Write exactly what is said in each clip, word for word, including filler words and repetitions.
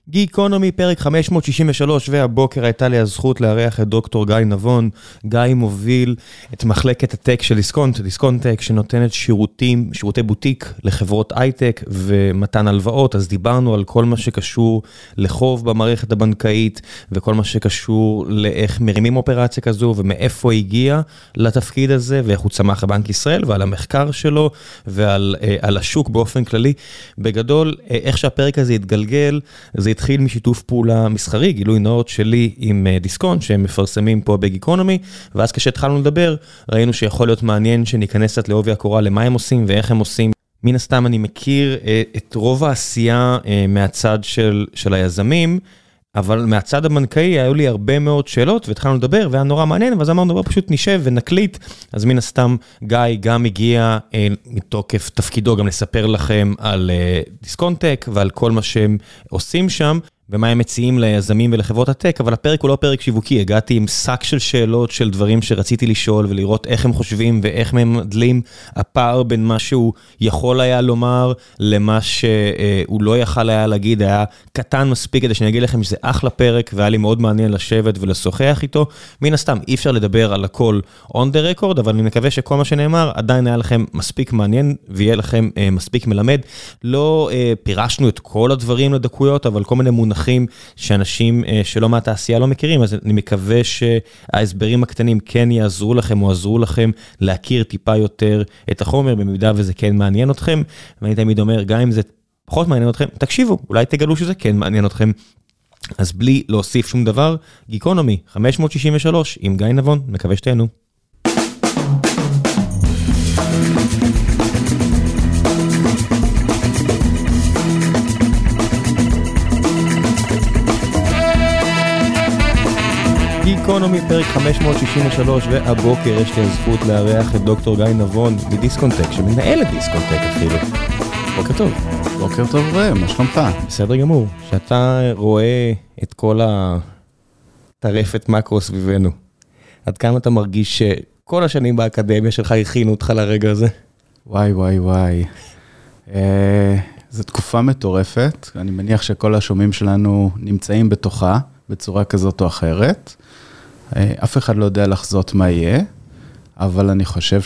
גיקונומי פרק חמש מאות שישים ושלוש, והבוקר הייתה לי הזכות לארח את דוקטור גיא נבון. גיא מוביל את מחלקת הטק של דיסקונט, דיסקונט-טק, שנותנת שירותים, שירותי בוטיק לחברות הייטק ומתן הלוואות. אז דיברנו על כל מה שקשור לחוב במערכת הבנקאית, וכל מה שקשור לאיך מרימים אופרציה כזו, ומאיפה הגיע לתפקיד הזה, ואיך הוא צמח לבנק ישראל, ועל המחקר שלו, ועל על השוק באופן כללי. בגדול, איך שהפרק הזה התגלגל, זה התחיל משיתוף פעולה מסחרי, גילוי נאות שלי עם דיסקונט, שהם מפרסמים פה בגיקונומי, ואז כשהתחלנו לדבר, ראינו שיכול להיות מעניין שניכנס קצת לעובי הקורה, למה הם עושים ואיך הם עושים. מן הסתם אני מכיר את רוב העשייה מהצד של, של היזמים, אבל מהצד הבנקאי היו לי הרבה מאוד שאלות, והתחלנו לדבר, והיה נורא מעניין, ואז אמרנו, בוא פשוט נשב ונקליט. אז מן הסתם גיא גם הגיע מתוקף תפקידו, גם לספר לכם על דיסקונט-טק, ועל כל מה שהם עושים שם, ומה הם מציעים ליזמים ולחברות הטק, אבל הפרק הוא לא פרק שיווקי, הגעתי עם שק של שאלות, של דברים שרציתי לשאול, ולראות איך הם חושבים, ואיך הם מדלים הפער בין מה שהוא יכול היה לומר, למה שהוא לא יכל היה להגיד, היה קטן מספיק, כדי שאני אגיד לכם שזה אחלה פרק, והיה לי מאוד מעניין לשבת ולשוחח איתו. מן הסתם, אי אפשר לדבר על הכל on the record, אבל אני מקווה שכל מה שנאמר, עדיין היה לכם מספיק מעניין, ויהיה לכם מספיק מלמד. לא פירשנו את כל הדברים לדקויות, אבל כל מיני מונחים שאנשים שלא מהתעשייה לא מכירים, אז אני מקווה שההסברים הקטנים כן יעזרו לכם, או עזרו לכם להכיר טיפה יותר את החומר, במידה וזה כן מעניין אתכם, ואני תמיד אומר, גם אם זה פחות מעניין אתכם, תקשיבו, אולי תגלו שזה כן מעניין אתכם. אז בלי להוסיף שום דבר, גיקונומי חמש מאות שישים ושלוש עם גיא נבון, מקווה שתהנו. גיקונומי פרק חמש מאות שישים ושלוש, והבוקר יש לי הזכות לארח את דוקטור גיא נבון מדיסקונט-טק, שמנהל את דיסקונט-טק אפילו. בוקר טוב. בוקר טוב רם, מה שלומך? בסדר גמור. שאתה רואה את כל הטרפת מקרו סביבנו, עד כמה אתה מרגיש שכל השנים באקדמיה שלך הכינו אותך לרגע הזה? וואי וואי וואי. זו תקופה מטורפת, אני מניח שכל השומעים שלנו נמצאים בתוכה, בצורה כזאת או אחרת. אף אחד לא יודע לחזות מה יהיה, אבל אני חושב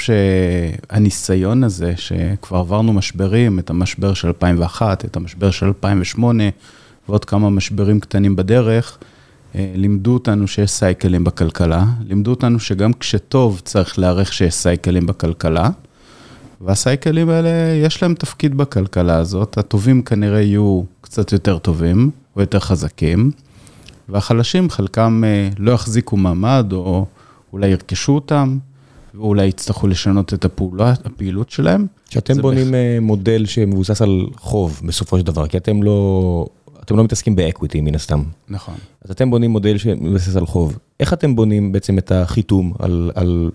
שהניסיון הזה, שכבר עברנו משברים, את המשבר של אלפיים ואחת, את המשבר של אלפיים ושמונה, ועוד כמה משברים קטנים בדרך, לימדו אותנו שיש סייקלים בכלכלה, לימדו אותנו שגם כשטוב צריך להערך שיש סייקלים בכלכלה, והסייקלים האלה יש להם תפקיד בכלכלה הזאת, הטובים כנראה יהיו קצת יותר טובים, או יותר חזקים, והחלשים חלקם לא יחזיקו מעמד, או אולי ירכשו אותם, ואולי יצטרכו לשנות את הפעולה, הפעילות שלהם. שאתם בונים בכ... מודל שמבוסס על חוב בסופו של דבר, כי אתם לא, אתם לא מתעסקים באקוויטי מן הסתם. נכון. אז אתם בונים מודל שמבוסס על חוב. איך אתם בונים בעצם את החיתום על, על,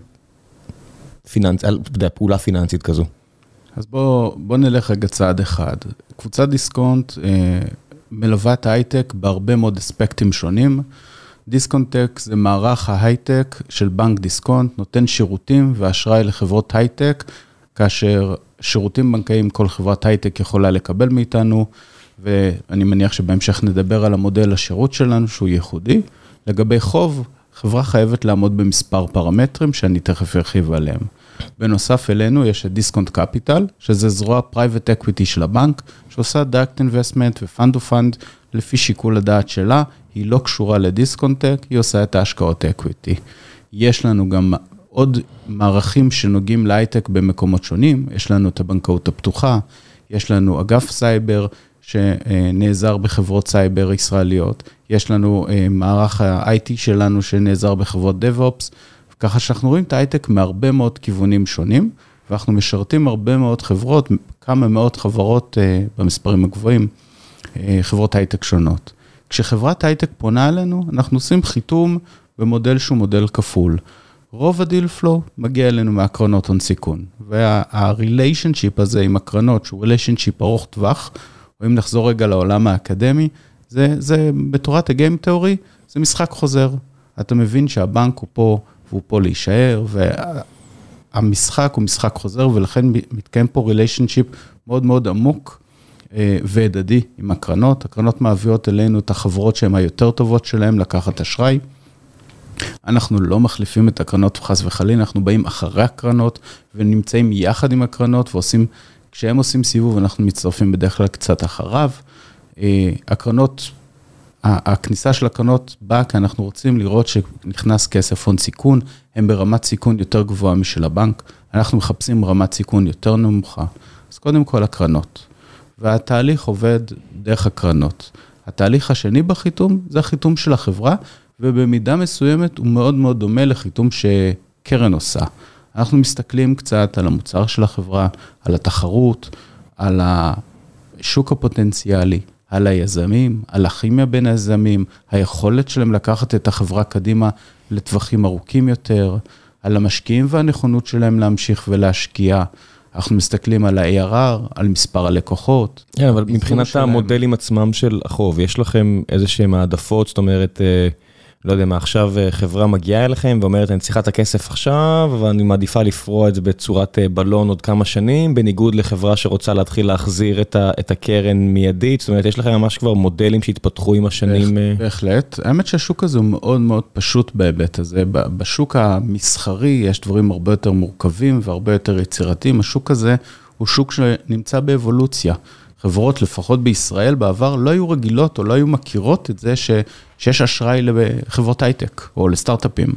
פיננס, על פעולה פיננסית כזו? אז בוא, בוא נלך רגע צעד אחד. קבוצת דיסקונט, מלווה את ההייטק בהרבה מאוד אספקטים שונים. דיסקונט-טק זה מערך ההייטק של בנק דיסקונט, נותן שירותים ואשראי לחברות הייטק, כאשר שירותים בנקאיים כל חברת הייטק יכולה לקבל מאיתנו, ואני מניח שבהמשך נדבר על המודל השירות שלנו שהוא ייחודי. לגבי חוב, חברה חייבת לעמוד במספר פרמטרים שאני תכף ארחיב עליהם. בנוסף אלינו יש את דיסקונט קפיטל, שזה זרוע פרייבט אקוויטי של הבנק, שעושה דיירקט אינבסטמנט ופנד טו פנד לפי שיקול הדעת שלה, היא לא קשורה לדיסקונט-טק, היא עושה את ההשקעות אקוויטי. יש לנו גם עוד מערכים שנוגעים להייטק במקומות שונים, יש לנו את הבנקאות הפתוחה, יש לנו אגף סייבר שנעזר בחברות סייבר ישראליות, יש לנו מערך ה-איי טי שלנו שנעזר בחברות DevOps, ככה שאנחנו רואים את ההייטק מהרבה מאוד כיוונים שונים, ואנחנו משרתים הרבה מאוד חברות, כמה מאות חברות במספרים הגבוהים, חברות הייטק שונות. כשחברת הייטק פונה אלינו, אנחנו עושים חיתום במודל שהוא מודל כפול. רוב הדיל פלו מגיע אלינו מהקרנות הון סיכון, וה-relationship הזה עם הקרנות, שהוא relationship ארוך טווח, או אם נחזור רגע לעולם האקדמי, זה, זה בתורת הגיים תיאורי, זה משחק חוזר. אתה מבין שהבנק הוא פה, והוא פה להישאר, והמשחק הוא משחק חוזר, ולכן מתקיים פה relationship מאוד מאוד עמוק, והדדי עם הקרנות. הקרנות מביאות אלינו את החברות שהן היותר טובות שלהן לקחת אשראי. אנחנו לא מחליפים את הקרנות וחס וחלילה, אנחנו באים אחרי הקרנות ונמצאים יחד עם הקרנות ועושים, כשהם עושים סיבוב אנחנו מצטרפים בדרך כלל קצת אחריו. הקרנות, הכניסה של הקרנות באה כי אנחנו רוצים לראות שנכנס כסף הון סיכון, הם ברמת סיכון יותר גבוהה משל הבנק, אנחנו מחפשים רמת סיכון יותר נמוכה. אז קודם כל הקרנות, והתהליך עובד דרך הקרנות. התהליך השני בחיתום זה החיתום של החברה, ובמידה מסוימת הוא מאוד מאוד דומה לחיתום שקרן עושה. אנחנו מסתכלים קצת על המוצר של החברה, על התחרות, על השוק הפוטנציאלי, על היזמים, על הכימיה בין היזמים, היכולת שלהם לקחת את החברה קדימה לטווחים ארוכים יותר, על המשקיעים והנכונות שלהם להמשיך ולהשקיע. אנחנו מסתכלים על ה-איי אר אר, על מספר הלקוחות. כן, אבל מבחינת המודלים עצמם של החוב, יש לכם איזה שהם העדפות, זאת אומרת, לא יודע מה, עכשיו חברה מגיעה אליכם ואומרת, אני צריכה את הכסף עכשיו, ואני מעדיפה לפרוע את זה בצורת בלון עוד כמה שנים, בניגוד לחברה שרוצה להתחיל להחזיר את הקרן מיידית, זאת אומרת, יש לכם ממש כבר מודלים שהתפתחו עם השנים. בהחלט. האמת שהשוק הזה הוא מאוד מאוד פשוט בהיבט הזה. בשוק המסחרי יש דברים הרבה יותר מורכבים והרבה יותר יצירתיים. השוק הזה הוא שוק שנמצא באבולוציה. חברות, לפחות בישראל, בעבר לא היו רגילות או לא היו מכירות את זה ש, שיש אשראי לחברות הייטק או לסטארט-אפים.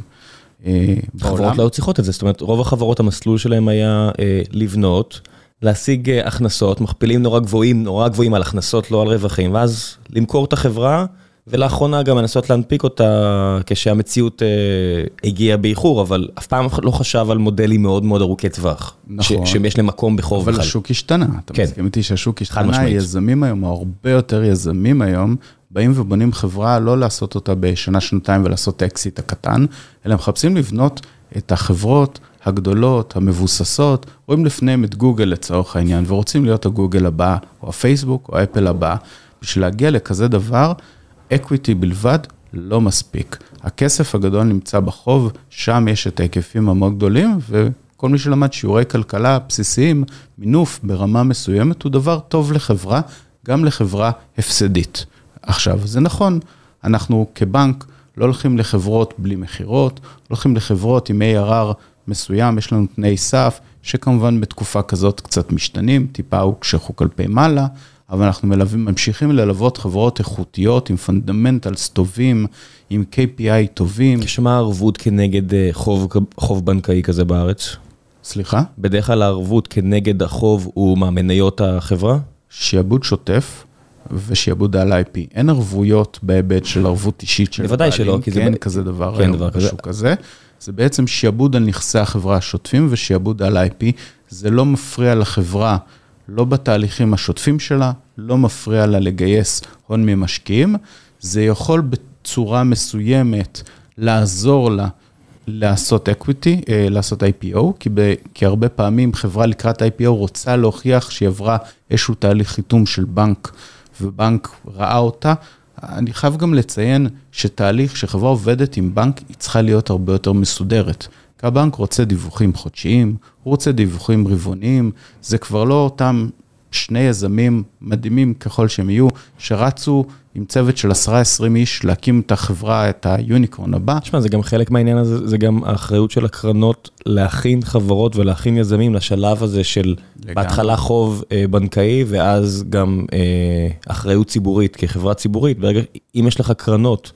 חברות לא צריכות את זה, זאת אומרת, רוב החברות, המסלול שלהם היה אה, לבנות, להשיג אה, הכנסות, מכפילים נורא גבוהים, נורא גבוהים על הכנסות, לא על רווחים, ואז למכור את החברה, ולאחרונה גם לנסות להנפיק אותה, כשהמציאות אה, הגיעה באיחור, אבל אף פעם לא חשב על מודלים מאוד מאוד ארוכי טווח. נכון. ש, שיש להם מקום בחוב אבל בכלל. השוק השתנה. אתה כן. מסכים איתי שהשוק השתנה, היזמים היום, הרבה יותר יזמים היום, באים ובונים חברה, לא לעשות אותה בשנה, שנתיים, ולעשות אקסיט הקטן, אלא מחפשים לבנות את החברות הגדולות, המבוססות, רואים לפניהם את גוגל לצורך העניין, ורוצים להיות הגוגל הבא, או הפייסבוק, או אפל הבא, בשביל להגיע לכזה דבר, אקוויטי בלבד לא מספיק. הכסף הגדול נמצא בחוב, שם יש את ההיקפים המאוד גדולים, וכל מי שלמד שיעורי כלכלה בסיסיים, מינוף ברמה מסוימת, הוא דבר טוב לחברה, גם לחברה הפסדית. עכשיו, זה נכון, אנחנו כבנק לא הולכים לחברות בלי מחירות, הולכים לחברות עם איי אר אר מסוים, יש לנו תנאי סף, שכמובן בתקופה כזאת קצת משתנים, טיפה הוא כשחו כלפי מעלה, אבל אנחנו מלווים, ממשיכים ללוות חברות איכותיות עם פונדמנטלס טובים, עם קיי פי איי טובים. יש מה הערבות כנגד חוב, חוב בנקאי כזה בארץ? סליחה? בדרך כלל הערבות כנגד החוב הוא מה, מניות החברה? שיעבוד שוטף ושיעבוד על איי פי. אין ערבויות בהיבט של ערבות אישית של בוודאי שלא, כי זה... כן, כזה דבר כן, דבר כזה. בשוק הזה. זה בעצם שיעבוד על נכסי החברה השוטפים ושיעבוד על איי פי. זה לא מפריע לחברה, לא בתהליכים השוטפים שלה, לא מפריע לה לגייס הון ממשקיעים, זה יכול בצורה מסוימת לעזור לה לעשות equity, לעשות איי פי או, כי, ב, כי הרבה פעמים חברה לקראת איי פי או רוצה להוכיח שהיא עברה איזשהו תהליך חיתום של בנק, ובנק ראה אותה. אני חייב גם לציין שתהליך שחברה עובדת עם בנק, היא צריכה להיות הרבה יותר מסודרת. כי הבנק רוצה דיווחים חודשיים, הוא רוצה דיווחים רבעוניים, זה כבר לא אותם שני יזמים מדהימים ככל שהם יהיו, שרצו עם צוות של עשרה עשרים איש להקים את החברה, את היוניקורן הבא. תשמע, זה גם חלק מהעניין הזה, זה גם האחריות של הקרנות להכין חברות ולהכין יזמים לשלב הזה של לגמרי. בהתחלה חוב אה, בנקאי, ואז גם אה, אחריות ציבורית כחברה ציבורית. ברגע, אם יש לך קרנות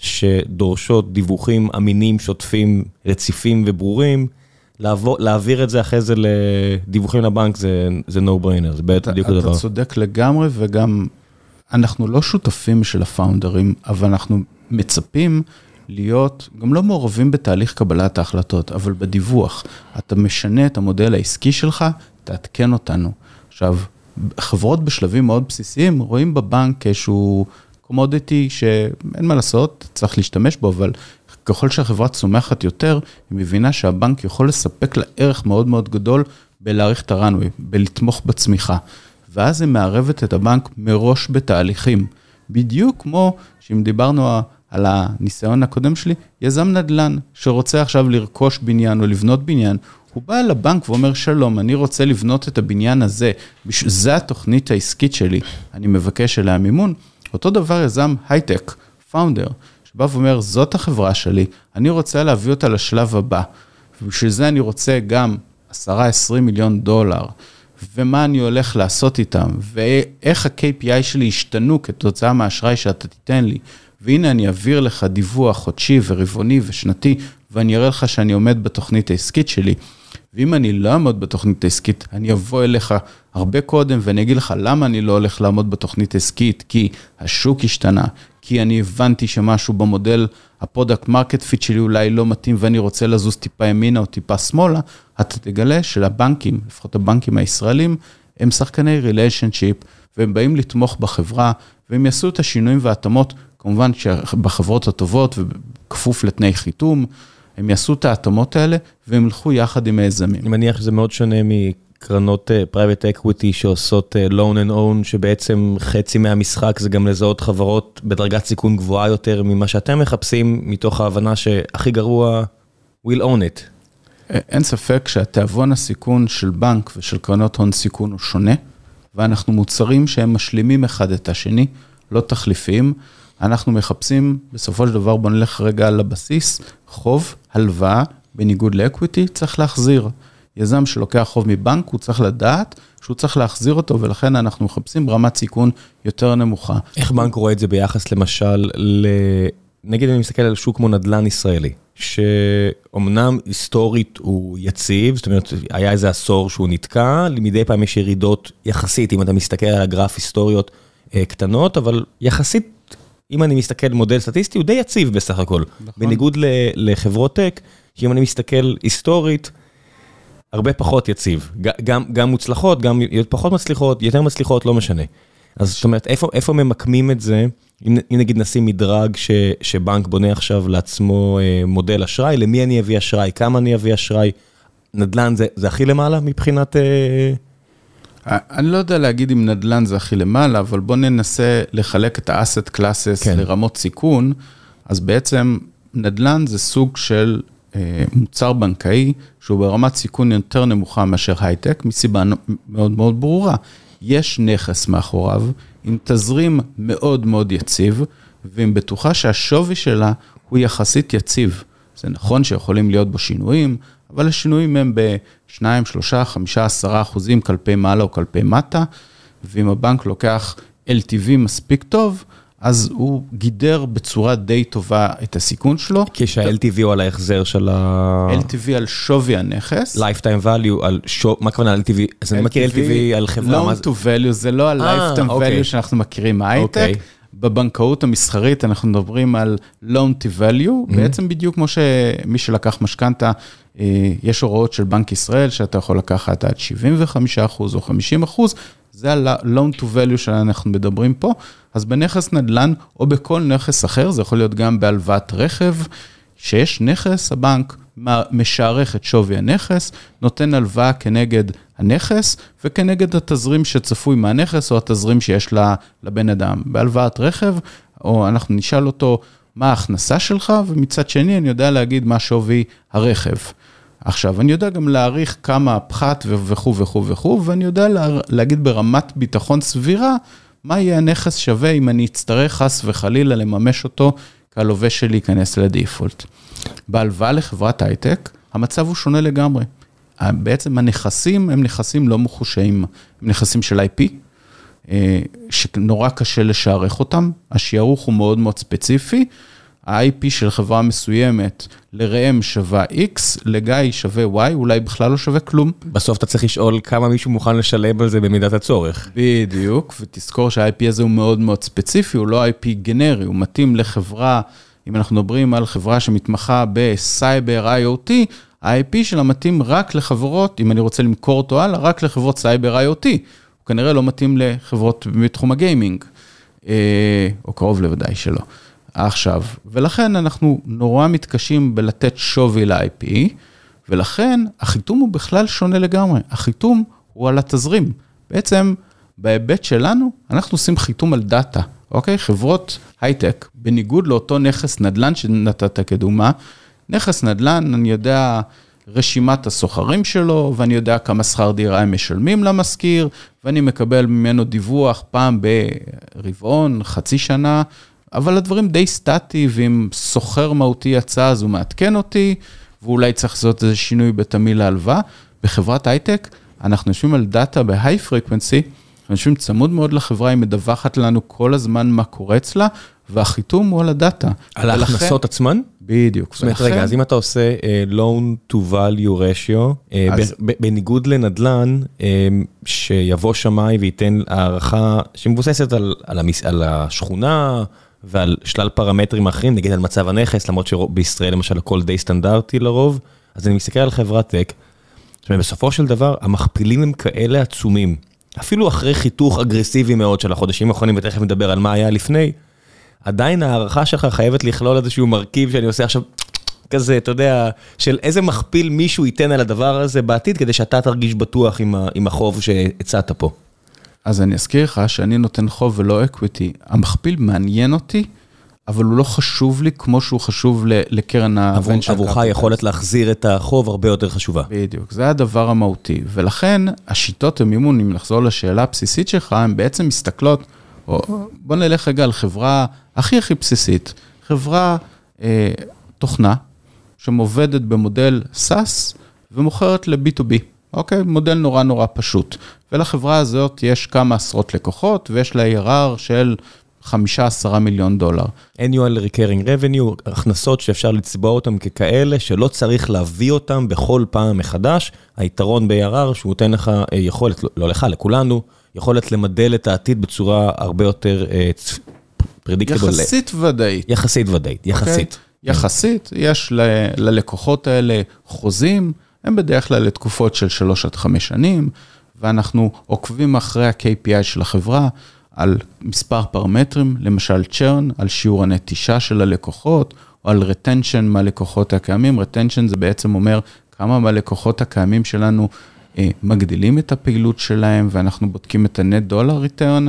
שדורשות דיווחים אמינים, שוטפים, רציפים וברורים, לעבור, להעביר את זה אחרי זה לדיווחים לבנק, זה, זה no brainer, זה בדיוק הדבר. אתה צודק לגמרי, וגם אנחנו לא שותפים של הפאונדרים, אבל אנחנו מצפים להיות, גם לא מעורבים בתהליך קבלת ההחלטות, אבל בדיווח. אתה משנה את המודל העסקי שלך, תעדכן אותנו. עכשיו, חברות בשלבים מאוד בסיסיים, רואים בבנק איזשהו קומודיטי שאין מה לעשות, צריך להשתמש בו, אבל ככל שהחברה צומחת יותר, היא מבינה שהבנק יכול לספק לה ערך מאוד מאוד גדול בלהאריך את הרנווי, בלתמוך בצמיחה. ואז היא מערבת את הבנק מראש בתהליכים. בדיוק כמו שאם דיברנו על הניסיון הקודם שלי, יזם נדל"ן שרוצה עכשיו לרכוש בניין או לבנות בניין, הוא בא לבנק ואומר, שלום, אני רוצה לבנות את הבניין הזה, זה התוכנית העסקית שלי, אני מבקש אליה מימון. אותו דבר יזם הייטק, פאונדר, שבא ואומר, זאת החברה שלי, אני רוצה להביא אותה לשלב הבא, ובשביל זה אני רוצה גם עשרה עשרים מיליון דולר, ומה אני הולך לעשות איתם, ואיך ה-קיי פי איי שלי ישתנו כתוצאה מהאשראי שאתה תיתן לי, והנה אני אעביר לך דיווח חודשי ורבעוני ושנתי, ואני אראה לך שאני עומד בתוכנית העסקית שלי, ואם אני לא אעמוד בתוכנית העסקית, אני אבוא אליך הרבה קודם, ואני אגיד לך למה אני לא הולך לעמוד בתוכנית העסקית, כי השוק השתנה, כי אני הבנתי שמשהו במודל, הפרודקט מרקט פיט שלי אולי לא מתאים, ואני רוצה לזוז טיפה ימינה או טיפה שמאלה, אתה תגלה שלבנקים, לפחות הבנקים הישראלים, הם שחקני ריליישנשיפ, והם באים לתמוך בחברה, והם יעשו את השינויים וההתאמות, כמובן שבחברות הטובות, וכפוף לתנאי חיתום, הם יעשו את ההתאמות האלה, והם הלכו יחד עם היזמים. אני מניח שזה מאוד שונה מקרנות פרייבט אקוויטי, שעושות loan and own, שבעצם חצי מהמשחק זה גם לזהות חברות בדרגת סיכון גבוהה יותר, ממה שאתם מחפשים, מתוך ההבנה שהכי גרוע, we'll own it. אין ספק שהתיאבון הסיכון של בנק ושל קרנות הון סיכון הוא שונה, ואנחנו מוצרים שהם משלימים אחד את השני, לא תחליפים. אנחנו מחפשים, בסופו של דבר, בוא נלך רגע על הבסיס, חוב, הלוואה, בניגוד לאקוויטי, צריך להחזיר. יזם שלוקח חוב מבנק, הוא צריך לדעת שהוא צריך להחזיר אותו, ולכן אנחנו מחפשים רמת סיכון יותר נמוכה. איך בנק רואה את זה ביחס, למשל, ל... נגיד אני מסתכל על שוק כמו נדל"ן ישראלי, שאומנם היסטורית הוא יציב, זאת אומרת, היה איזה עשור שהוא נתקע, מדי פעם יש ירידות יחסית, אם אתה מסתכל על הגרף היסטוריות קטנות, אבל יחסית, אם אני מסתכל מודל סטטיסטי, הוא די יציב בסך הכל. נכון. בניגוד לחברות טק, שאם אני מסתכל היסטורית, הרבה פחות יציב. גם, גם מוצלחות, גם פחות מצליחות, יותר מצליחות, לא משנה. אז זאת אומרת, איפה, איפה ממקמים את זה, אם, אם נגיד נשים מדרג ש, שבנק בונה עכשיו לעצמו אה, מודל אשראי, למי אני אביא אשראי, כמה אני אביא אשראי, נדל"ן זה, זה הכי למעלה מבחינת... אה... אני לא יודע להגיד אם נדל"ן זה הכי למעלה, אבל בוא ננסה לחלק את האסט קלאסס כן. לרמות סיכון, אז בעצם נדל"ן זה סוג של אה, מוצר בנקאי, שהוא ברמת סיכון יותר נמוכה מאשר הייטק, מסיבה מאוד מאוד ברורה. יש נכס מאחוריו, עם תזרים מאוד מאוד יציב, ועם בטוחה שהשווי שלה הוא יחסית יציב. זה נכון שיכולים להיות בו שינויים, אבל השינויים הם ב-שניים, שלושה, חמישה, עשרה אחוזים כלפי מעלה או כלפי מטה, ואם הבנק לוקח אל טי וי מספיק טוב, אז הוא גידר בצורה די טובה את הסיכון שלו. כשה-אל טי וי הוא על ההחזר של ה... אל טי וי על שווי הנכס. Lifetime value על שווי, מה כוונה אל טי וי? אז אני מכיר אל טי וי על חברה. Loan to value, זה לא ה-Lifetime value שאנחנו מכירים מהייטק. בבנקאות המסחרית אנחנו מדברים על loan to value, בעצם בדיוק כמו שמי שלקח משכנתה, יש הוראות של בנק ישראל, שאתה יכול לקחת עד שבעים וחמישה אחוז או חמישים אחוז, זה ה-loan to value שאנחנו מדברים פה, אז בנכס נדל"ן או בכל נכס אחר, זה יכול להיות גם בהלוואת רכב, שיש נכס, הבנק משערך את שווי הנכס, נותן הלוואה כנגד הנכס, וכנגד התזרים שצפוי מהנכס, או התזרים שיש לבן אדם. בהלוואת רכב, או אנחנו נשאל אותו מה ההכנסה שלך, ומצד שני אני יודע להגיד מה שווי הרכב. עכשיו, אני יודע גם להעריך כמה פחת וכו' וכו' וכו', ואני יודע לה, להגיד ברמת ביטחון סבירה, מה יהיה הנכס שווה אם אני אצטרך חס וחלילה לממש אותו, כהלווה שלי ייכנס לדיפולט. בהלוואה לחברת הייטק, המצב הוא שונה לגמרי. בעצם הנכסים הם נכסים לא מחושיים, הם נכסים של איי פי, שנורא קשה לשערך אותם, השערוך הוא מאוד מאוד ספציפי, ה-איי פי של חברה מסוימת לראם שווה X, לגיא שווה Y, אולי בכלל לא שווה כלום. בסוף אתה צריך לשאול כמה מישהו מוכן לשלם על זה במידת הצורך. בדיוק, ותזכור שה-איי פי הזה הוא מאוד מאוד ספציפי, הוא לא איי פי גנרי, הוא מתאים לחברה, אם אנחנו מדברים על חברה שמתמחה בסייבר איי או טי, ה-איי פי שלה מתאים רק לחברות, אם אני רוצה למכור אותו הלאה, רק לחברות סייבר איי או טי. הוא כנראה לא מתאים לחברות בתחום הגיימינג, או קרוב לוודאי שלא. עכשיו, ולכן אנחנו נורא מתקשים בלתת שווי ל-איי פי, ולכן החיתום הוא בכלל שונה לגמרי. החיתום הוא על התזרים. בעצם, בהיבט שלנו, אנחנו עושים חיתום על דאטה, אוקיי? חברות הייטק, בניגוד לאותו נכס נדל"ן שנתת כדוגמה, נכס נדל"ן, אני יודע רשימת הסוחרים שלו, ואני יודע כמה שכר דירה הם משלמים למזכיר, ואני מקבל ממנו דיווח פעם ברבעון, חצי שנה, אבל הדברים די סטטי, ואם סוחר מהותי יצא, אז הוא מעדכן אותי, ואולי צריך לעשות איזה שינוי בתמיל ההלוואה. בחברת הייטק, אנחנו יושבים על דאטה בהיי פריקוונסי, אנחנו יושבים צמוד מאוד לחברה, היא מדווחת לנו כל הזמן מה קורה אצלה, והחיתום הוא על הדאטה. על ההכנסות עצמן? בדיוק. זאת אומרת, רגע, אז אם אתה עושה loan to value ratio, בניגוד לנדלן, שיבוא שמאי וייתן הערכה שמבוססת על השכונה, ועל שלל פרמטרים אחרים, נגיד על מצב הנכס, למרות שבישראל למשל הכל די סטנדרטי לרוב, אז אני מסתכל על חברת טק, זאת אומרת, בסופו של דבר, המכפילים הם כאלה עצומים, אפילו אחרי חיתוך אגרסיבי מאוד של החודשים האחרונים, ותכף נדבר על מה היה לפני, עדיין הערכה שלך חייבת לכלול איזשהו מרכיב שאני עושה עכשיו כזה, אתה יודע, של איזה מכפיל מישהו ייתן על הדבר הזה בעתיד, כדי שאתה תרגיש בטוח עם, עם החוב שהצעת פה. אז אני אזכיר לך שאני נותן חוב ולא אקוויטי. המכפיל מעניין אותי, אבל הוא לא חשוב לי כמו שהוא חשוב לקרן הוונצ'ר. עבורך יכולת להחזיר את החוב הרבה יותר חשובה. בדיוק, זה הדבר המהותי. ולכן השיטות המימון, אם נחזור לשאלה הבסיסית שלך, הן בעצם מסתכלות, או, בוא נלך רגע על חברה הכי הכי בסיסית, חברה אה, תוכנה, שמובדת במודל סאס, ומוכרת ל-בי טו בי. אוקיי? מודל נורא נורא פשוט. ולחברה הזאת יש כמה עשרות לקוחות, ויש לה איי אר אר של חמישה עשר מיליון דולר. annual recurring revenue, הכנסות שאפשר לצבוע אותם ככאלה, שלא צריך להביא אותם בכל פעם מחדש. היתרון ב-איי אר אר, שהוא נותן לך יכולת, לא לך, לכולנו, יכולת למדל את העתיד בצורה הרבה יותר predictable. יחסית ודאית. יחסית ודאית, יחסית. יחסית, יש ללקוחות האלה חוזים, הם בדרך כלל לתקופות של שלוש עד חמש שנים, ואנחנו עוקבים אחרי ה-קיי פי איי של החברה, על מספר פרמטרים, למשל צ'רן, על שיעור הנטישה של הלקוחות, או על retention מהלקוחות הקיימים. retention זה בעצם אומר כמה מהלקוחות הקיימים שלנו אה, מגדילים את הפעילות שלהם, ואנחנו בודקים את ה-net dollar return.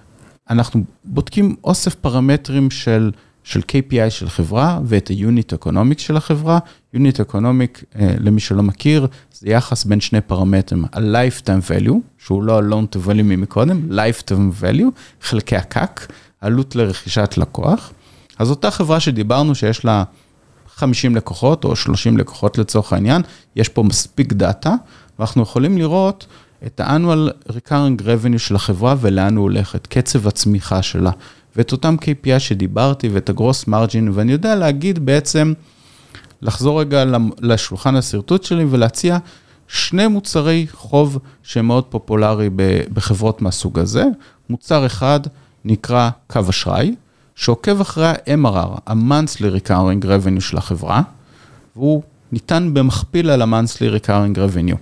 אנחנו בודקים אוסף פרמטרים של, של קיי פי איי של חברה, ואת ה-unit economic של החברה. unit economic, אה, למי שלא מכיר, זה יחס בין שני פרמטרים, ה-lifetime value, שהוא לא ה-loan to value ממקודם, lifetime value, חלקי הקק, עלות לרכישת לקוח. אז אותה חברה שדיברנו שיש לה חמישים לקוחות, או שלושים לקוחות לצורך העניין, יש פה מספיק דאטה, ואנחנו יכולים לראות את ה-annual recurring revenue של החברה, ולאן הוא הולך, את קצב הצמיחה שלה, ואת אותם קיי פי איי שדיברתי, ואת ה-gross margin, ואני יודע להגיד בעצם, לחזור רגע לשולחן הסרטוט שלי ולהציע שני מוצרי חוב שהם מאוד פופולרי בחברות מהסוג הזה. מוצר אחד נקרא קו אשראי, שעוקב אחרי ה-אם אר אר, ה-monthly recurring revenue של החברה, והוא ניתן במכפיל על ה-monthly recurring revenue.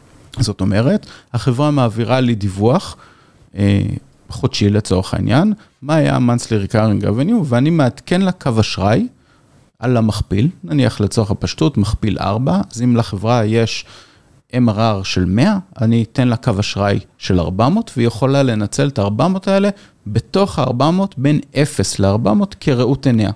זאת אומרת, החברה מעבירה לי דיווח אה, חודשי לצורך העניין, מה היה ה-monthly recurring revenue, ואני מעדכן לה קו אשראי, על המכפיל, נניח לצורך הפשטות, מכפיל ארבע, אז אם לחברה יש אם אר אר של מאה, אני אתן לה קו אשראי של ארבע מאות, והיא יכולה לנצל את ה-ארבע מאות האלה, בתוך ה-ארבע מאות, בין אפס ל-ארבע מאות, כראות עיניה.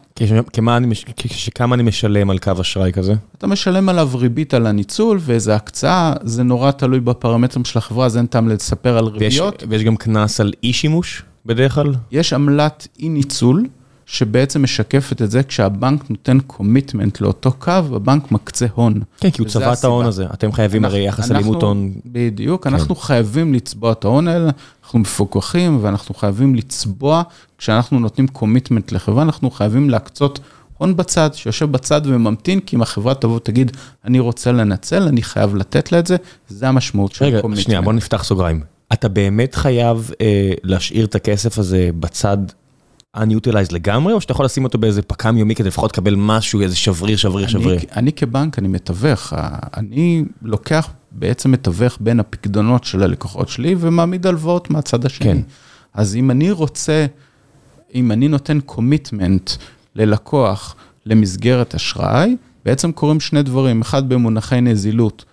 כמה אני משלם על קו אשראי כזה? אתה משלם עליו ריבית על הניצול, ואיזו הקצאה, זה נורא תלוי בפרמטרים של החברה, אז אין טעם לספר על ריביות. ויש גם כנס על אי שימוש בדרך כלל? יש עמלת אי ניצול, שבעצם משקפת את זה, כשהבנק נותן קומיטמנט לאותו קו, הבנק מקצה הון. כן, כי הוא צבע את ההון הזה. אתם חייבים הרי יחס אלימות הון. בדיוק, אנחנו חייבים לצבוע את ההון האלה, אנחנו מפוקחים, ואנחנו חייבים לצבוע, כשאנחנו נותנים קומיטמנט לחברה, אנחנו חייבים להקצות הון בצד, שיושב בצד וממתין, כי אם החברה תבוא ותגיד, אני רוצה לנצל, אני חייב לתת לה את זה, זה המשמעות של קומיטמנט. רגע, שנייה, בוא נפתח סוגריים. אתה באמת חייב להשאיר את הכסף הזה בצד unutilized לגמרי, או שאתה יכול לשים אותו באיזה פקם יומי, כדי לפחות לקבל משהו, איזה שבריר, שבריר, שבריר? אני כבנק, אני מתווך. אני לוקח, בעצם מתווך בין הפקדונות של הלקוחות שלי, ומעמיד הלוואות מהצד השני. כן. אז אם אני רוצה, אם אני נותן קומיטמנט ללקוח, למסגרת אשראי, בעצם קוראים שני דברים. אחד במונחי נזילות,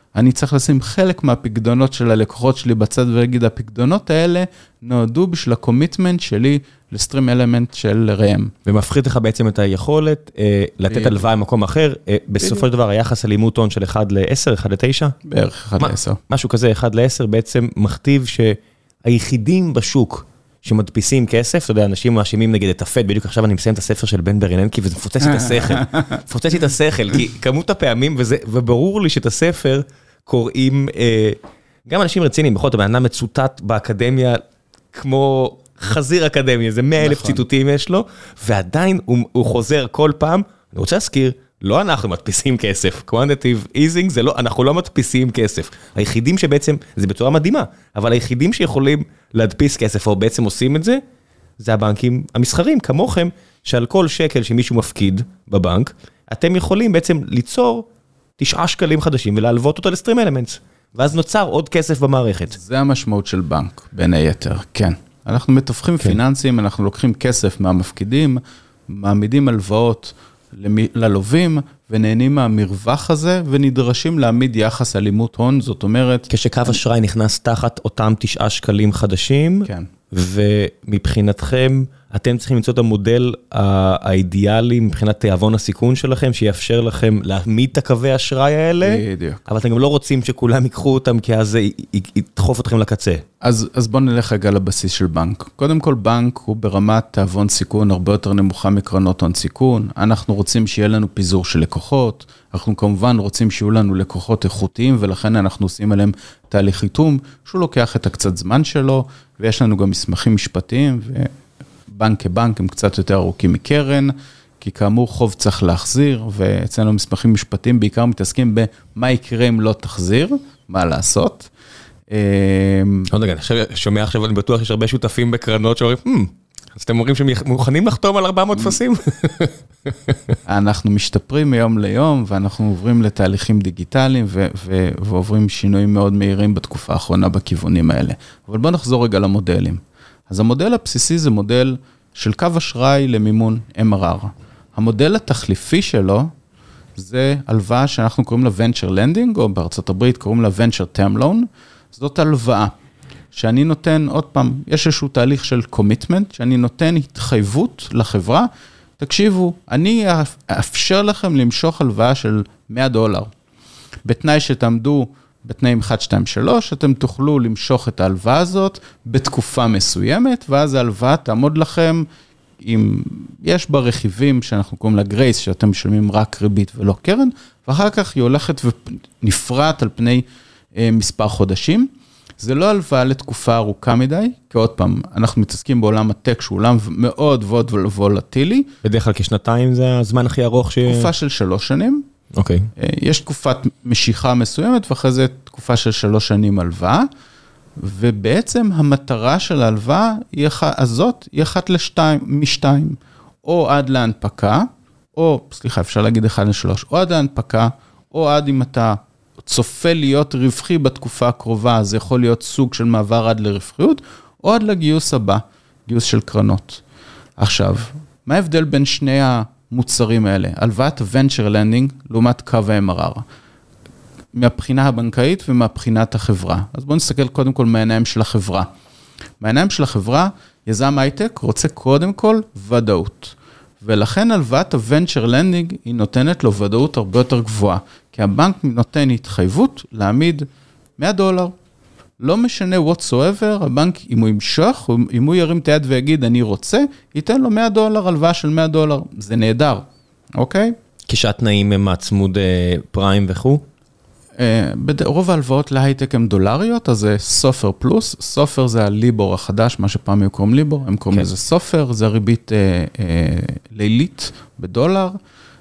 אני צריך לשים חלק מהפקדונות של הלקוחות שלי בצד ולהגיד, הפקדונות האלה נועדו בשביל הקומיטמנט שלי לסטרים אלמנט של ראם. ומפחית לך בעצם את היכולת אה, לתת הלוואה במקום אחר, אה, בסופו של דבר היחס הלימות הון של אחד לעשר, אחד לתשע? בערך אחד לעשר. משהו כזה, אחד לעשר בעצם מכתיב שהיחידים בשוק שמדפיסים כסף, אתה יודע, אנשים מאשימים נגד את הפד, בדיוק עכשיו אני מסיים את הספר של בן בריננקי, וזה מפוצץ לי את השכל, מפוצץ לי את השכל, כי כמות הפעמים, וזה, וברור לי שאת הספר קוראים, אה, גם אנשים רציניים, בכל זאת, הבן מצוטט באקדמיה, כמו חזיר אקדמיה, זה מאה אלף ציטוטים יש לו, ועדיין הוא, הוא חוזר כל פעם, אני רוצה להזכיר, לא אנחנו מדפיסים כסף, quantitative easing זה לא, אנחנו לא מדפיסים כסף. היחידים שבעצם, זה בצורה מדהימה, אבל היחידים שיכולים להדפיס כסף, או בעצם עושים את זה, זה הבנקים המסחרים, כמוכם, שעל כל שקל שמישהו מפקיד בבנק, אתם יכולים בעצם ליצור תשעה שקלים חדשים, ולהלוות אותו לסטרים אלמנטס, ואז נוצר עוד כסף במערכת. זה המשמעות של בנק, בין היתר, כן. אנחנו מתווכים כן. פיננסיים, אנחנו לוקחים כסף מהמפקידים, מעמידים הלוואות, ללווים, ונהנים מהמרווח הזה, ונדרשים להעמיד יחס אלימות הון, זאת אומרת... כשקו אשראי נכנס תחת אותם תשעה שקלים חדשים, כן. ומבחינתכם, אתם צריכים למצוא את המודל האידיאלי, מבחינת תיאבון הסיכון שלכם, שיאפשר לכם להעמיד את הקווי האשראי האלה, בדיוק. אבל אתם גם לא רוצים שכולם ייקחו אותם, כי אז זה ידחוף אתכם לקצה. אז, אז בואו נלך רגע לבסיס של בנק. קודם כל, בנק הוא ברמת תיאבון סיכון הרבה יותר נמוכה מקרנות הון סיכון. אנחנו רוצים שיהיה לנו פיזור של לקוחות. אנחנו כמובן רוצים שיהיו לנו לקוחות איכותיים, ולכן אנחנו עושים עליהם תהליך איתום, שהוא לוקח את הקצת זמן שלו, ויש לנו גם מסמכים משפטיים, ובנק כבנק הם קצת יותר ארוכים מקרן, כי כאמור חוב צריך להחזיר, ואצלנו מסמכים משפטיים בעיקר מתעסקים במה יקרה אם לא תחזיר, מה לעשות. עוד רגע, שומע עכשיו, אני בטוח יש הרבה שותפים בקרנות שאומרים, אז אתם אומרים שמוכנים לחתום על ארבע מאות תפסים? אנחנו משתפרים מיום ליום, ואנחנו עוברים לתהליכים דיגיטליים, ועוברים שינויים מאוד מהירים בתקופה האחרונה בכיוונים האלה. אבל בואו נחזור רגע למודלים. אז המודל הבסיסי זה מודל של קו אשראי למימון אם אר אר. המודל התחליפי שלו, זה הלוואה שאנחנו קוראים לה Venture Lending, או בארצות הברית קוראים לה Venture Term Loan, זאת הלוואה. שאני נותן, עוד פעם, יש איזשהו תהליך של קומיטמנט, שאני נותן התחייבות לחברה, תקשיבו, אני אאפשר לכם למשוך הלוואה של מאה דולר, בתנאי שתעמדו בתנאים אחת, שתיים, שלוש, אתם תוכלו למשוך את ההלוואה הזאת בתקופה מסוימת, ואז ההלוואה תעמוד לכם, אם יש בה רכיבים שאנחנו קוראים לה גרייס, שאתם משלמים רק ריבית ולא קרן, ואחר כך היא הולכת ונפרט על פני אה, מספר חודשים, זה לא הלוואה לתקופה ארוכה מדי, כי עוד פעם, אנחנו מתעסקים בעולם הטק, שהוא עולם מאוד מאוד וולטילי. בדרך כלל כשנתיים זה הזמן הכי ארוך ש... תקופה של שלוש שנים. אוקיי. יש תקופת משיכה מסוימת, ואחרי זה תקופה של שלוש שנים הלוואה, ובעצם המטרה של ההלוואה הזאת היא אחת לשתיים, משתיים, או עד להנפקה, או, סליחה, אפשר להגיד אחד לשלוש, או עד להנפקה, או עד אם אתה... צופה להיות רווחי בתקופה הקרובה, זה יכול להיות סוג של מעבר עד לרווחיות, או עד לגיוס הבא, גיוס של קרנות. עכשיו, מה ההבדל בין שני המוצרים האלה? הלוואת Venture Lending, לעומת קו ה-אם אר אר, מהבחינה הבנקאית ומהבחינת החברה. אז בואו נסתכל קודם כל מהעיניים של החברה. מהעיניים של החברה, יזם הייטק רוצה קודם כל ודאות. ולכן הלוואת ה-Venture Lending היא נותנת לו ודאות הרבה יותר גבוהה, כי הבנק נותן התחייבות להעמיד מאה דולר. לא משנה whatsoever, הבנק, אם הוא ימשוך, אם הוא ירים את היד ויגיד, אני רוצה, ייתן לו מאה דולר, הלוואה של מאה דולר. זה נהדר, אוקיי? כשהתנאים הם הצמוד פריים וכו'? רוב ההלוואות להייטק הן דולריות, אז זה סופר פלוס. סופר זה הליבור החדש, מה שפעם היו קוראים ליבור, הם קוראים לזה סופר, זה הריבית לילית בדולר.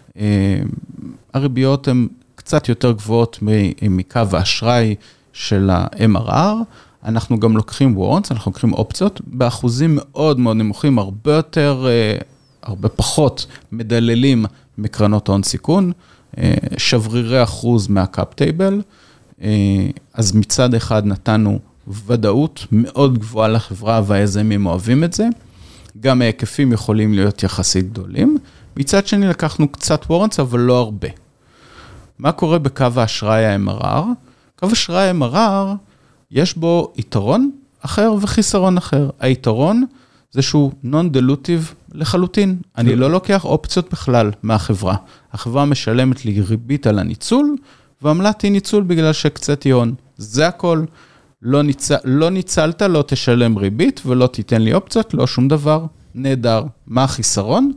הריביות הן קצת יותר גבוהות מקו האשראי של ה-אם אר אר. אנחנו גם לוקחים וורנטס, אנחנו לוקחים אופציות, באחוזים מאוד מאוד נמוכים, הרבה יותר, הרבה פחות מדללים מקרנות הון סיכון, שברירי אחוז מהקאפ טייבל, אז מצד אחד נתנו ודאות מאוד גבוהה לחברה, והיזמים אוהבים את זה, גם ההיקפים יכולים להיות יחסית גדולים, מצד שני לקחנו קצת וורנטס, אבל לא הרבה. מה קורה בקו האשראי ה-אם אר אר? קו אשראי אם אר אר, יש בו יתרון אחר וחיסרון אחר. היתרון זה שהוא non-dilutive לחלוטין. אני לא לוקח אופציות בכלל מהחברה. החברה משלמת לי ריבית על הניצול, ועמלת היא ניצול בגלל שקצתי הון. זה הכל. לא, ניצ... לא ניצלת, לא תשלם ריבית, ולא תיתן לי אופציות, לא שום דבר. נהדר. מה החיסרון?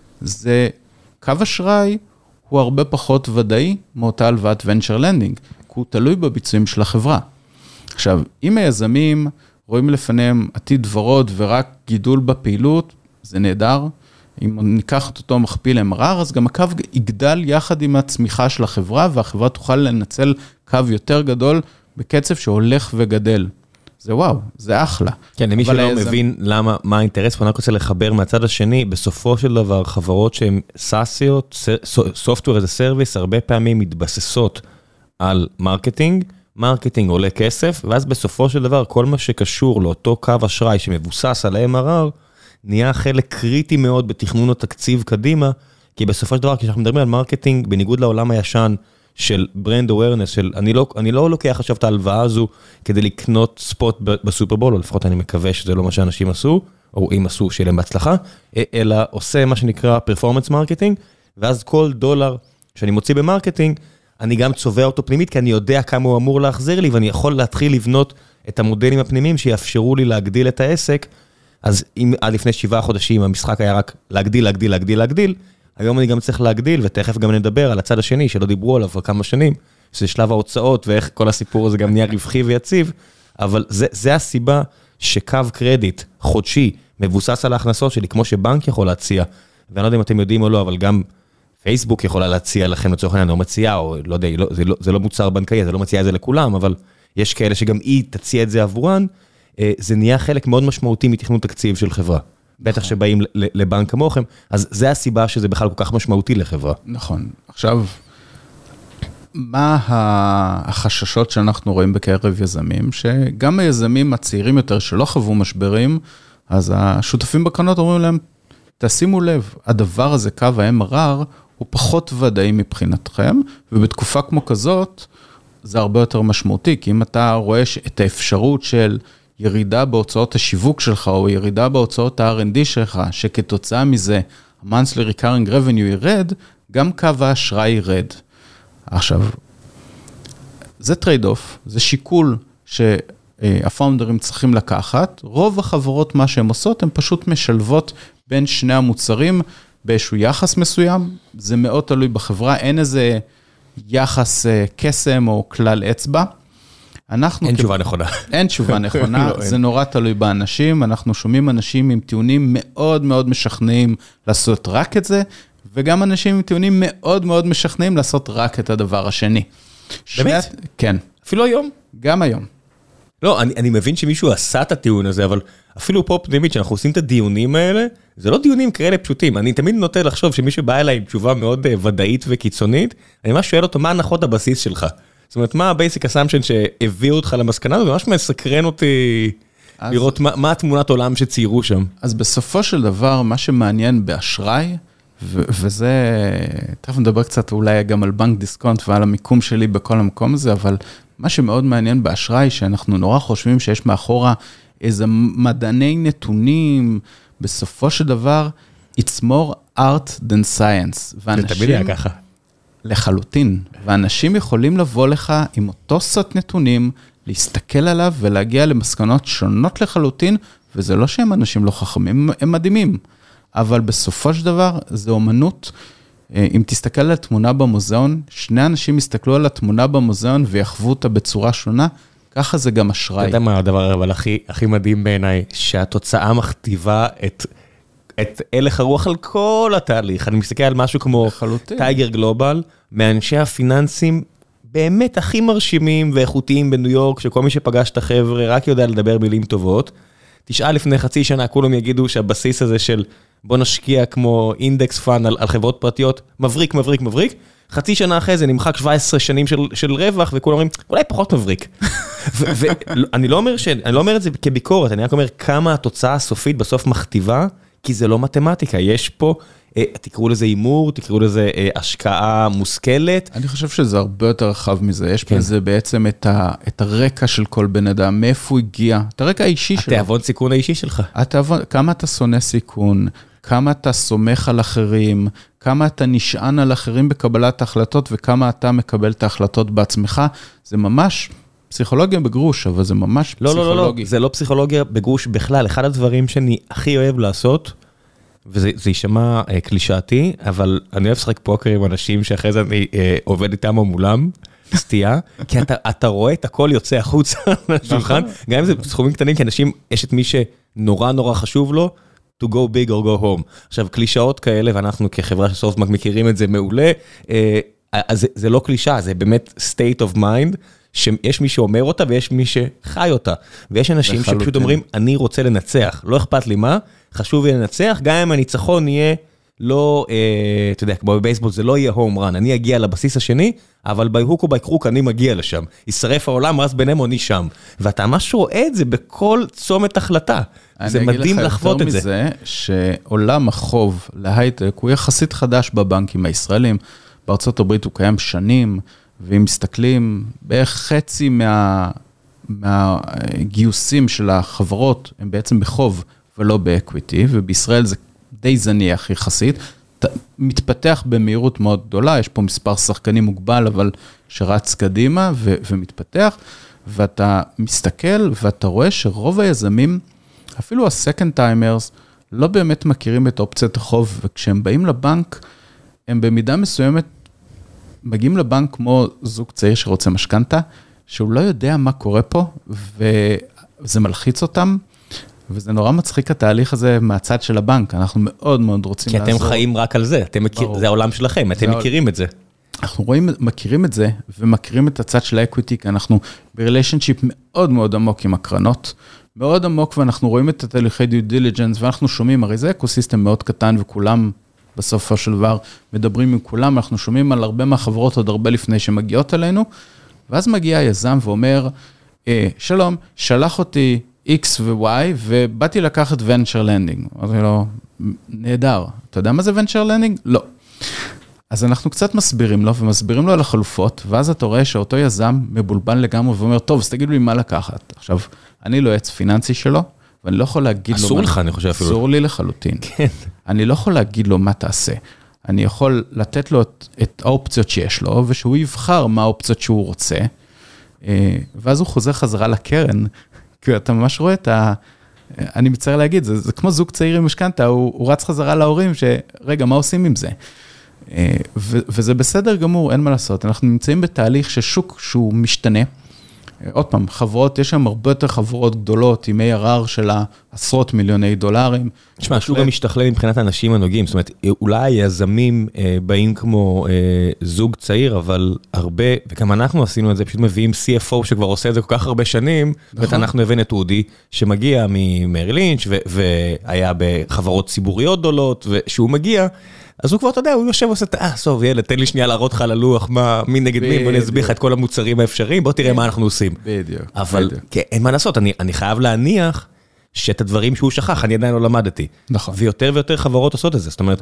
זה קו אשראי, הוא הרבה פחות ודאי מאותה הלוואת venture lending, כי הוא תלוי בביצועים של החברה. עכשיו, אם היזמים רואים לפניהם עתיד ורוד ורק גידול בפעילות, זה נהדר. אם ניקח את אותו מכפיל אם אר אר, אז גם הקו יגדל יחד עם הצמיחה של החברה, והחברה תוכל לנצל קו יותר גדול בקצב שהולך וגדל. זה וואו, זה אחלה. כן, למי שלא היזם... מבין למה, מה האינטרס, ואני רוצה לחבר מהצד השני, בסופו של דבר, חברות שהן סאסיות, Software as a Service, הרבה פעמים מתבססות על מרקטינג, מרקטינג עולה כסף, ואז בסופו של דבר, כל מה שקשור לאותו קו אשראי שמבוסס על אם אר אר, נהיה חלק קריטי מאוד בתכנון התקציב קדימה, כי בסופו של דבר, כשאנחנו מדברים על מרקטינג, בניגוד לעולם הישן של ברנד אווירנס, של אני לא, אני לא לוקח עכשיו את ההלוואה הזו כדי לקנות ספוט בסופרבול, או לפחות אני מקווה שזה לא מה שאנשים עשו, או אם עשו שיהיה להם בהצלחה, אלא עושה מה שנקרא פרפורמנס מרקטינג, ואז כל דולר שאני מוציא במרקטינג, אני גם צובע אותו פנימית, כי אני יודע כמה הוא אמור להחזיר לי, ואני יכול להתחיל לבנות את המודלים הפנימיים שיאפשרו לי להגדיל את העסק. אז אם עד לפני שבעה חודשים המשחק היה רק להגדיל, להגדיל, להגדיל, להגדיל, היום אני גם צריך להגדיל, ותכף גם נדבר על הצד השני, שלא דיברו עליו כבר כמה שנים, שזה שלב ההוצאות, ואיך כל הסיפור הזה גם נהיה רווחי ויציב, אבל זה, זה הסיבה שקו קרדיט חודשי מבוסס על ההכנסות שלי, כמו שבנק יכול להציע, ואני לא יודע אם אתם יודעים או לא, אבל גם פייסבוק יכולה להציע לכם לצורך העניין, או מציעה, או לא יודע, לא, זה, לא, זה לא מוצר בנקאי, זה לא מציע את זה לכולם, אבל יש כאלה שגם היא תציע את זה עבורן, זה נהיה חלק מאוד משמעותי מתכנון תקציב של חברה. בטח שבאים לבנק כמוכם, אז זה הסיבה שזה בכלל כל כך משמעותי לחברה. נכון. עכשיו, מה החששות שאנחנו רואים בקרב יזמים? שגם היזמים הצעירים יותר שלא חוו משברים, אז השותפים בקרנות אומרים להם, תשימו לב, הדבר הזה, קו ה-אם אר אר, הוא פחות ודאי מבחינתכם, ובתקופה כמו כזאת, זה הרבה יותר משמעותי, כי אם אתה רואה את האפשרות של ירידה בהוצאות השיווק שלך, או ירידה בהוצאות ה-אר אנד די שלך, שכתוצאה מזה, ה-monthly recurring revenue ירד, גם קו האשראי ירד. עכשיו, זה טרייד אוף, זה שיקול שהפאונדרים צריכים לקחת, רוב החברות מה שהן עושות, הן פשוט משלבות בין שני המוצרים, באיזשהו יחס מסוים, זה מאוד תלוי בחברה, אין איזה יחס קסם או כלל אצבע, אין תשובה נכונה. אין תשובה נכונה, זה נורא תלוי באנשים, אנחנו שומעים אנשים עם טיעונים מאוד מאוד משכנעים לעשות רק את זה, וגם אנשים עם טיעונים מאוד מאוד משכנעים לעשות רק את הדבר השני. באמת? כן. אפילו היום? גם היום. לא, אני, אני מבין שמישהו עשה את הטיעון הזה, אבל אפילו פה פנימית, שאנחנו עושים את הדיונים האלה, זה לא דיונים כאלה פשוטים. אני תמיד נוטה לחשוב שמישהו בא אליי עם תשובה מאוד ודאית וקיצונית, אני ממש שואל אותו, מה הנחות הבסיס שלך? זאת אומרת, מה ה-basic assumption שהביאו אותך למסקנה, זה ממש מסקרן אותי אז, לראות מה, מה התמונת עולם שציירו שם. אז בסופו של דבר, מה שמעניין באשראי, ו- וזה, תכף נדבר קצת אולי גם על בנק דיסקונט ועל המיקום שלי בכל המקום הזה, אבל מה שמאוד מעניין באשראי, שאנחנו נורא חושבים שיש מאחורה איזה מדעני נתונים, בסופו של דבר, it's more art than science. ואנשים, זה תמיד היה ככה. לחלוטין, ואנשים יכולים לבוא לך עם אותו סט נתונים, להסתכל עליו ולהגיע למסקנות שונות לחלוטין, וזה לא שהם אנשים לא חכמים, הם מדהימים. אבל בסופו של דבר, זה אומנות. אם תסתכל על התמונה במוזיאון, שני אנשים יסתכלו על התמונה במוזיאון ויחוו אותה בצורה שונה, ככה זה גם אשראי. אתה יודע מה הדבר אבל הכי, הכי מדהים בעיניי, שהתוצאה מכתיבה את, את הלך הרוח על כל התהליך. אני מסתכל על משהו כמו טייגר גלובל, מאנשי הפיננסים באמת הכי מרשימים ואיכותיים בניו יורק, שכל מי שפגש את החבר'ה רק יודע לדבר מילים טובות. תשאל לפני חצי שנה, כולם יגידו שהבסיס הזה של בוא נשקיע כמו אינדקס פאנד על, על חברות פרטיות, מבריק, מבריק, מבריק. חצי שנה אחרי זה נמחק שבע עשרה שנים של, של רווח, וכולם אומרים, אולי פחות מבריק. ואני לא אומר ש, אני לא אומר את זה כביקורת, אני רק אומר כמה התוצאה הסופית בסוף מכתיבה, כי זה לא מתמטיקה, יש פה תקראו לזה אימור, תקראו לזה השקעה מושכלת. אני חושב שזה הרבה יותר רחב מזה, יש בזה בעצם את הרקע של כל בן אדם, מאיפה הוא הגיע, את הרקע האישי שלו. התיאבון סיכון האישי שלך. כמה אתה שונא סיכון, כמה אתה סומך על אחרים, כמה אתה נשען על אחרים בקבלת ההחלטות, וכמה אתה מקבל את ההחלטות בעצמך, זה ממש פסיכולוגיה בגרוש, אבל זה ממש לא, פסיכולוגי. לא, לא, לא, זה לא פסיכולוגיה בגרוש בכלל, אחד הדברים שאני הכי אוהב לעשות, וזה יישמע קלישאתי, אבל אני אוהב לשחק פוקר עם אנשים שאחרי זה אני עובד איתם או מולם, סטייה, כי אתה, אתה רואה את הכל יוצא החוצה לשולחן, גם אם זה סכומים קטנים, כי אנשים, יש את מי שנורא נורא חשוב לו, to go big or go home. עכשיו, קלישאות כאלה, ואנחנו כחברה של סופטבנק מכירים את זה מעולה, אז זה, זה לא קלישה, זה באמת state of mind, שיש מי שאומר אותה ויש מי שחי אותה. ויש אנשים לחלוטין. שפשוט אומרים, אני רוצה לנצח, לא אכפת לי מה, חשוב לי לנצח, גם אם הניצחון יהיה לא, אה, אתה יודע, כמו בבייסבול זה לא יהיה הום רן, אני אגיע לבסיס השני, אבל בהוק או בקרוק אני מגיע לשם. ישרף העולם, רס ביניהם אני שם. ואתה ממש רואה את זה בכל צומת החלטה. זה מדהים לחוות את זה. אני אגיד לך יותר מזה, שעולם החוב להייטק הוא יחסית חדש בבנקים הישראלים. בארצות הברית הוא קיים שנים, ואם מסתכלים, בערך חצי מה, מהגיוסים של החברות הם בעצם בחוב ולא באקוויטי, ובישראל זה די זניח יחסית, מתפתח במהירות מאוד גדולה, יש פה מספר שחקנים מוגבל, אבל שרץ קדימה ו- ומתפתח, ואתה מסתכל ואתה רואה שרוב היזמים, אפילו הסקנד טיימרס, לא באמת מכירים את אופציית החוב, וכשהם באים לבנק, הם במידה מסוימת, מגיעים לבנק כמו זוג צעיר שרוצה משכנתה, שהוא לא יודע מה קורה פה, וזה מלחיץ אותם, וזה נורא מצחיק התהליך הזה מהצד של הבנק, אנחנו מאוד מאוד רוצים לעזור. כי אתם חיים רק על זה, אתם מכיר, זה העולם שלכם, אתם מכירים את זה. אנחנו רואים, מכירים את זה, ומכירים את הצד של האקוויטי, כי אנחנו בריליישנשיפ מאוד מאוד עמוק עם הקרנות, מאוד עמוק, ואנחנו רואים את התהליכי דיו דיליג'נס, ואנחנו שומעים, הרי זה אקוסיסטם מאוד קטן, וכולם בסופו של דבר מדברים עם כולם, אנחנו שומעים על הרבה מהחברות עוד הרבה לפני שמגיעות אלינו, ואז מגיע היזם ואומר, אה, שלום, שלח אותי X ו-Y, ובאתי לקחת venture lending. אמרתי לו, נהדר. אתה יודע מה זה venture lending? לא. אז אנחנו קצת מסבירים לו, ומסבירים לו על החלופות, ואז אתה רואה שאותו יזם מבולבן לגמרי, ואומר, טוב, אז תגידו לי מה לקחת. עכשיו, אני לא יועץ פיננסי שלו, ואני לא יכול להגיד לו... אסור לך, אני חושב אפילו. אסור לי לחלוטין. כן. אני לא יכול להגיד לו מה תעשה. אני יכול לתת לו את, את האופציות שיש לו, ושהוא יבחר מה האופציות שהוא רוצה, ואז הוא חוזר חזרה לקרן, כי אתה ממש רואה את ה... אני מצטער להגיד, זה, זה כמו זוג צעיר עם משכנתה, הוא, הוא רץ חזרה להורים שרגע, מה עושים עם זה? ו, וזה בסדר גמור, אין מה לעשות. אנחנו נמצאים בתהליך ששוק שהוא משתנה. עוד פעם, חברות, יש שם הרבה יותר חברות גדולות, עם A R R של עשרות מיליוני דולרים. תשמע, השוק גם משתכלל מבחינת האנשים הנוגעים, זאת אומרת, אולי יזמים באים כמו זוג צעיר, אבל הרבה, וגם אנחנו עשינו את זה, פשוט מביאים C F O שכבר עושה את זה כל כך הרבה שנים, ואנחנו הבאנו את אודי, שמגיע ממרי לינץ' והיה בחברות ציבוריות גדולות, ושהוא מגיע, אז הוא כבר, אתה יודע, הוא יושב ועושה, אה, סוף, ילד, תן לי שנייה להראות לך על הלוח, מי נגד מי, בוא נסביר לך את כל המוצרים האפשריים, בוא תראה מה אנחנו עושים. בדיוק. אבל אין מה לעשות, אני חייב להניח שאת הדברים שהוא שכח, אני עדיין לא למדתי. נכון. ויותר ויותר חברות עושות את זה, זאת אומרת,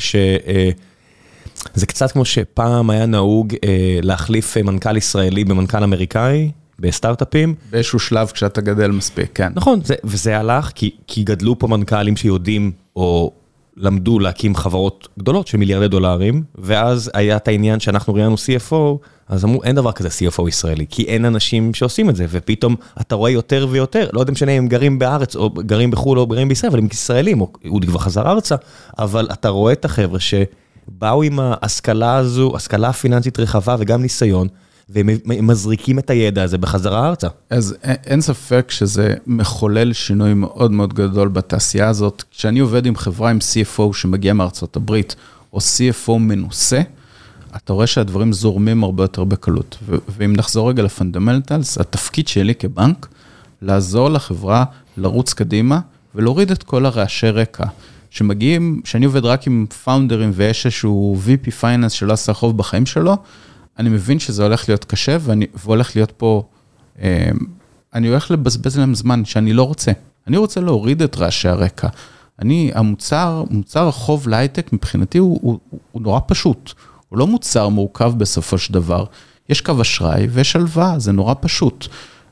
שזה קצת כמו שפעם היה נהוג להחליף מנכ"ל ישראלי במנכ"ל אמריקאי, בסטארט-אפים. באיזשהו שלב כשאתה גדל מספיק, כן. נכון, וזה הלך, כי גדלו פה מנכ"לים שיודעים, או למדו להקים חברות גדולות של מיליארדי דולרים, ואז היה את העניין שאנחנו ראינו C F O, אז אמרו, אין דבר כזה C F O ישראלי, כי אין אנשים שעושים את זה, ופתאום אתה רואה יותר ויותר, לא יודע משנה אם גרים בארץ, או גרים בחול, או גרים בישראל, אבל הם ישראלים, או הוא כבר חזר ארצה, אבל אתה רואה את החבר'ה שבאו עם ההשכלה הזו, השכלה פיננסית רחבה וגם ניסיון, והם מזריקים את הידע הזה בחזרה ארצה. אז אין ספק שזה מחולל שינוי מאוד מאוד גדול בתעשייה הזאת. כשאני עובד עם חברה עם C F O שמגיע מארצות הברית, או C F O מנוסה, אתה רואה שהדברים זורמים הרבה יותר בקלות. ואם נחזור רגע לפונדמנטלס, התפקיד שלי כבנק, לעזור לחברה לרוץ קדימה, ולהוריד את כל הרעשי רקע. שמגיעים, שאני עובד רק עם פאונדרים, ויש איזשהו V P Finance שלא עשה חוב בחיים שלו, אני מבין שזה הולך להיות קשה, ואני, והולך להיות פה, אה, אני הולך לבזבז להם זמן שאני לא רוצה. אני רוצה להוריד את רעשי הרקע. אני, המוצר, מוצר החוב להייטק מבחינתי הוא, הוא, הוא נורא פשוט. הוא לא מוצר מורכב בסופו של דבר. יש קו אשראי ויש הלוואה, זה נורא פשוט.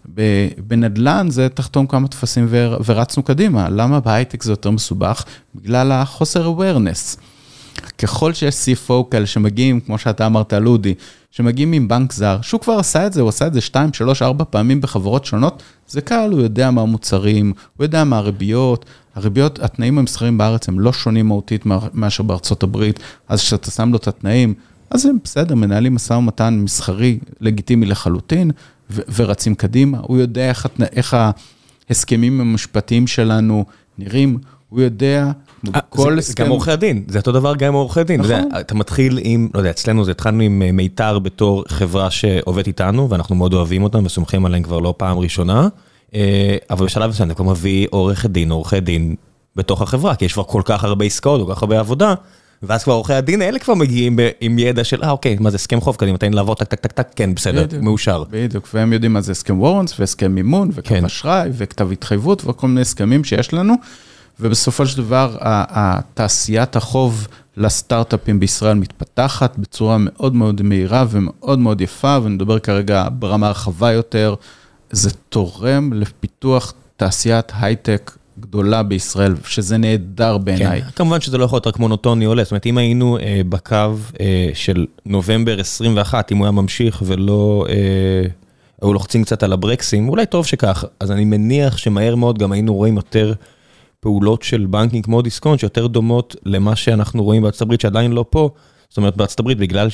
בנדל"ן זה תחתום כמה תפסים ורצנו קדימה. למה בהייטק זה יותר מסובך? בגלל החוסר awareness. ככל שיש סי אף או כאלה שמגיעים, כמו שאתה אמרת על אודי, שמגיעים עם בנק זר, שהוא כבר עשה את זה, הוא עשה את זה שתיים, שלוש, ארבע פעמים בחברות שונות, זה קל, הוא יודע מה המוצרים, הוא יודע מה הריביות, הריביות, התנאים המסחרים בארץ הם לא שונים מהותית מאשר בארצות הברית, אז כשאתה שם לו את התנאים, אז הם בסדר, מנהלים משא ומתן מסחרי, לגיטימי לחלוטין, ו- ורצים קדימה, הוא יודע איך, איך ההסכמים המשפטיים שלנו נראים, הוא יודע, כל הסכם... גם עורכי הדין, זה אותו דבר גם עם עורכי דין. נכון. אתה מתחיל עם, לא יודע, אצלנו זה התחלנו עם מיתר בתור חברה שעובדת איתנו, ואנחנו מאוד אוהבים אותם וסומכים עליהם כבר לא פעם ראשונה, אבל בשלב מסוים אתה כבר מביא עורך דין, עורכי דין בתוך החברה, כי יש כבר כל כך הרבה עסקאות, כל כך הרבה עבודה, ואז כבר עורכי הדין האלה כבר מגיעים עם ידע של, אה אוקיי, מה זה הסכם חוב, קדימה, תן לעבור טק טק טק טק, כן, בסדר, מאושר. בדיוק, והם יודעים מה זה הסכם וורנס, והסכם מימון, וקו אשראי, וכתב התחייבות, וכל מיני הסכמים שיש לנו, ובסופו של דבר, תעשיית החוב לסטארט-אפים בישראל מתפתחת בצורה מאוד מאוד מהירה ומאוד מאוד יפה, ונדבר כרגע ברמה הרחבה יותר, זה תורם לפיתוח תעשיית הייטק גדולה בישראל, שזה נהדר בעיניי. כן, כמובן שזה לא יכול להיות רק מונוטוני עולה, זאת אומרת, אם היינו אה, בקו אה, של נובמבר עשרים ואחת, אם הוא היה ממשיך ולא, אה, היו לוחצים קצת על הברקסים, אולי טוב שכך, אז אני מניח שמהר מאוד גם היינו רואים יותר פעולות של בנקים כמו דיסקונט, שיותר דומות למה שאנחנו רואים בארצות הברית, שעדיין לא פה, זאת אומרת, בארצות הברית, בגלל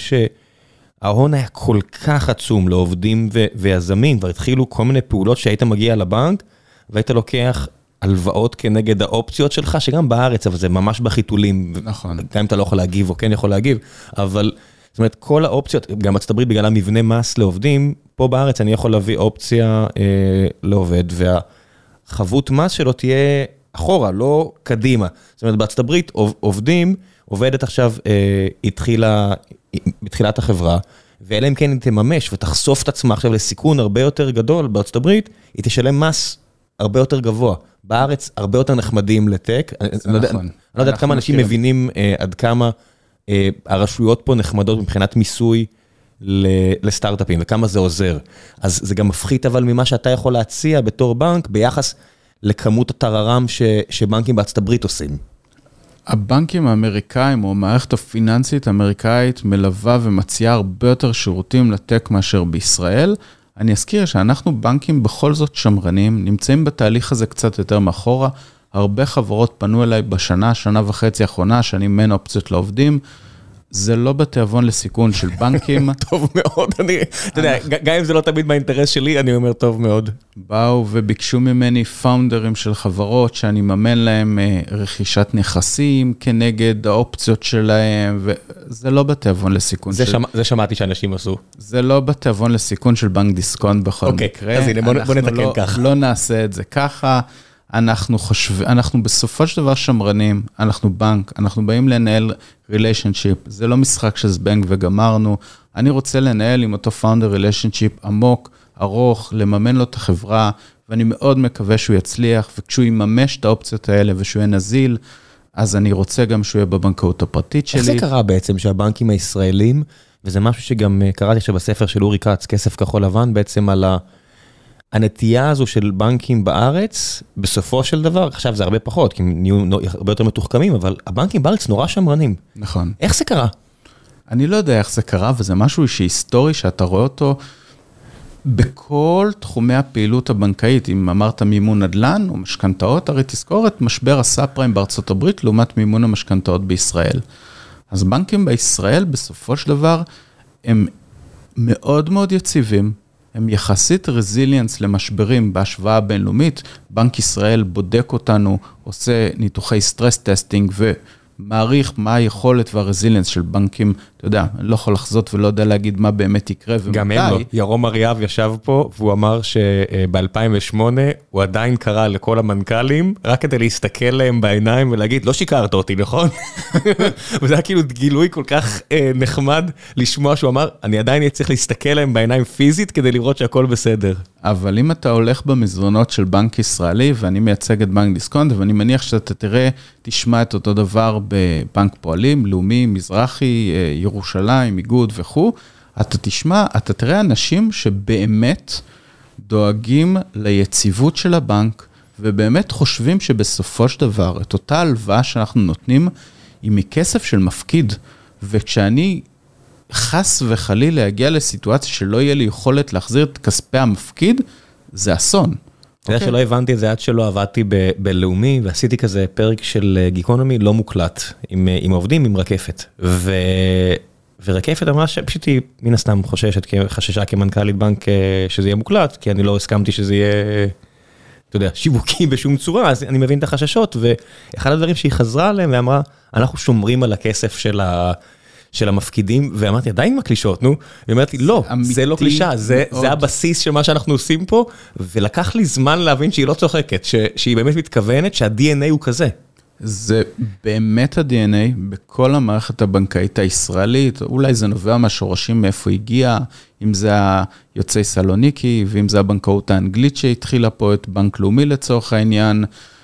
שההון היה כל כך עצום לעובדים ו- ויזמים, כבר התחילו כל מיני פעולות שהיית מגיע לבנק, והיית לוקח הלוואות כנגד האופציות שלך, שגם בארץ, אבל זה ממש בחיתולים, נכון. גם אם אתה לא יכול להגיב או כן יכול להגיב, אבל זאת אומרת, כל האופציות, גם בארצות הברית, בגלל המבנה מס לעובדים, פה בארץ אני יכול להביא אופציה אה, לעובד, והחבות מס שלו תהיה אחורה, לא קדימה. זאת אומרת, בארצות הברית עובדים, עובדת עכשיו, אה, התחילה, בתחילת החברה, ואלה אם כן היא תממש ותחשוף את עצמה עכשיו לסיכון הרבה יותר גדול בארצות הברית, היא תשלם מס הרבה יותר גבוה. בארץ הרבה יותר נחמדים לטק. אני לא יודע עד כמה אנשים מבינים עד כמה הרשויות פה נחמדות מבחינת מיסוי לסטארט-אפים, וכמה זה עוזר. אז זה גם מפחית אבל ממה שאתה יכול להציע בתור בנק, ביחס לכמות הטררם שבנקים בארצות הברית עושים. הבנקים האמריקאים, או המערכת הפיננסית האמריקאית, מלווה ומציעה הרבה יותר שירותים לטק מאשר בישראל. אני אזכיר שאנחנו בנקים בכל זאת שמרנים, נמצאים בתהליך הזה קצת יותר מאחורה, הרבה חברות פנו אליי בשנה, שנה וחצי האחרונה, שאני מן אופציות לעובדים, זה לא בתיאבון לסיכון של בנקים. טוב מאוד, אני, אתה יודע, גם אם זה לא תמיד מהאינטרס שלי, אני אומר טוב מאוד. באו וביקשו ממני פאונדרים של חברות, שאני מממן להם רכישת נכסים כנגד האופציות שלהם, וזה לא בתיאבון לסיכון. זה, של... שמע, זה שמעתי שאנשים עשו. זה לא בתיאבון לסיכון של בנק דיסקונט בכל okay, מקרה. אז הנה, בוא, בוא נתקן לא, כך. לא נעשה את זה ככה. אנחנו חושבים, אנחנו בסופו של דבר שמרנים, אנחנו בנק, אנחנו באים לנהל ריליישנשיפ, זה לא משחק של זבנג וגמרנו, אני רוצה לנהל עם אותו פאונדר ריליישנשיפ עמוק, ארוך, לממן לו את החברה, ואני מאוד מקווה שהוא יצליח, וכשהוא יממש את האופציות האלה ושהוא יהיה נזיל, אז אני רוצה גם שהוא יהיה בבנקאות הפרטית שלי. איך זה קרה בעצם שהבנקים הישראלים, וזה משהו שגם קראתי שבספר של אורי קץ, כסף כחול לבן, בעצם על ה... הנטייה הזו של בנקים בארץ, בסופו של דבר, עכשיו זה הרבה פחות, כי הם נהיו הרבה יותר מתוחכמים, אבל הבנקים בארץ נורא שמרנים. נכון. איך זה קרה? אני לא יודע איך זה קרה, וזה משהו שהיסטורי שאתה רואה אותו בכל תחומי הפעילות הבנקאית. אם אמרת מימון נדל"ן או משכנתאות, הרי תזכור את משבר הסאפריים בארצות הברית, לעומת מימון המשכנתאות בישראל. אז בנקים בישראל, בסופו של דבר, הם מאוד מאוד יציבים, הם יחסית רזיליאנס למשברים בהשוואה בינלאומית, בנק ישראל בודק אותנו, עושה ניתוחי סטרס טסטינג ומעריך מה היכולת והרזיליאנס של בנקים אתה יודע, אני לא יכול לחזות ולא יודע להגיד מה באמת יקרה ומתי. גם הם לא. ירום אריאב ישב פה, והוא אמר שב-אלפיים ושמונה הוא עדיין קרא לכל המנכ"לים, רק כדי להסתכל להם בעיניים ולהגיד, לא שיקרת אותי, נכון? וזה היה כאילו גילוי כל כך נחמד לשמוע שהוא אמר, אני עדיין צריך להסתכל להם בעיניים פיזית, כדי לראות שהכל בסדר. אבל אם אתה הולך במזרונות של בנק ישראלי, ואני מייצג את בנק דיסקונט, ואני מניח שאתה תראה, תשמע את אותו דבר בבנק פועלים, לאומי, מזרחי, ירושלים, איגוד וכו', אתה תשמע, אתה תראה אנשים שבאמת דואגים ליציבות של הבנק, ובאמת חושבים שבסופו של דבר, את אותה הלוואה שאנחנו נותנים, היא מכסף של מפקיד, וכשאני חס וחליל להגיע לסיטואציה שלא יהיה לי יכולת להחזיר את כספי המפקיד, זה אסון. אתה יודע שלא הבנתי את זה עד שלא עבדתי בלאומי, ועשיתי כזה פרק של גיקונומי לא מוקלט, עם עובדים, עם רקפת. ורקפת אמרה שפשוט היא מן הסתם חוששת, חששה כמנכ"לית בנק שזה יהיה מוקלט, כי אני לא הסכמתי שזה יהיה, אתה יודע, שיווקי בשום צורה, אז אני מבין את החששות, ואחד הדברים שהיא חזרה עליהם ואמרה, אנחנו שומרים על הכסף של ה... של המפקידים, ואמרתי, עדיין מקלישות, נו, ואמרתי, לא, זה לא קלישה, זה הבסיס של מה שאנחנו עושים פה, ולקח לי זמן להבין שהיא לא צוחקת, שהיא באמת מתכוונת שה-די אן איי הוא כזה. זה באמת ה-די אן איי בכל המערכת הבנקאית הישראלית, אולי זה נובע מהשורשים מאיפה הגיע, אם זה היוצאי סלוניקי, ואם זה הבנקאות האנגלית שהתחילה פה את בנק לאומי לצורך העניין,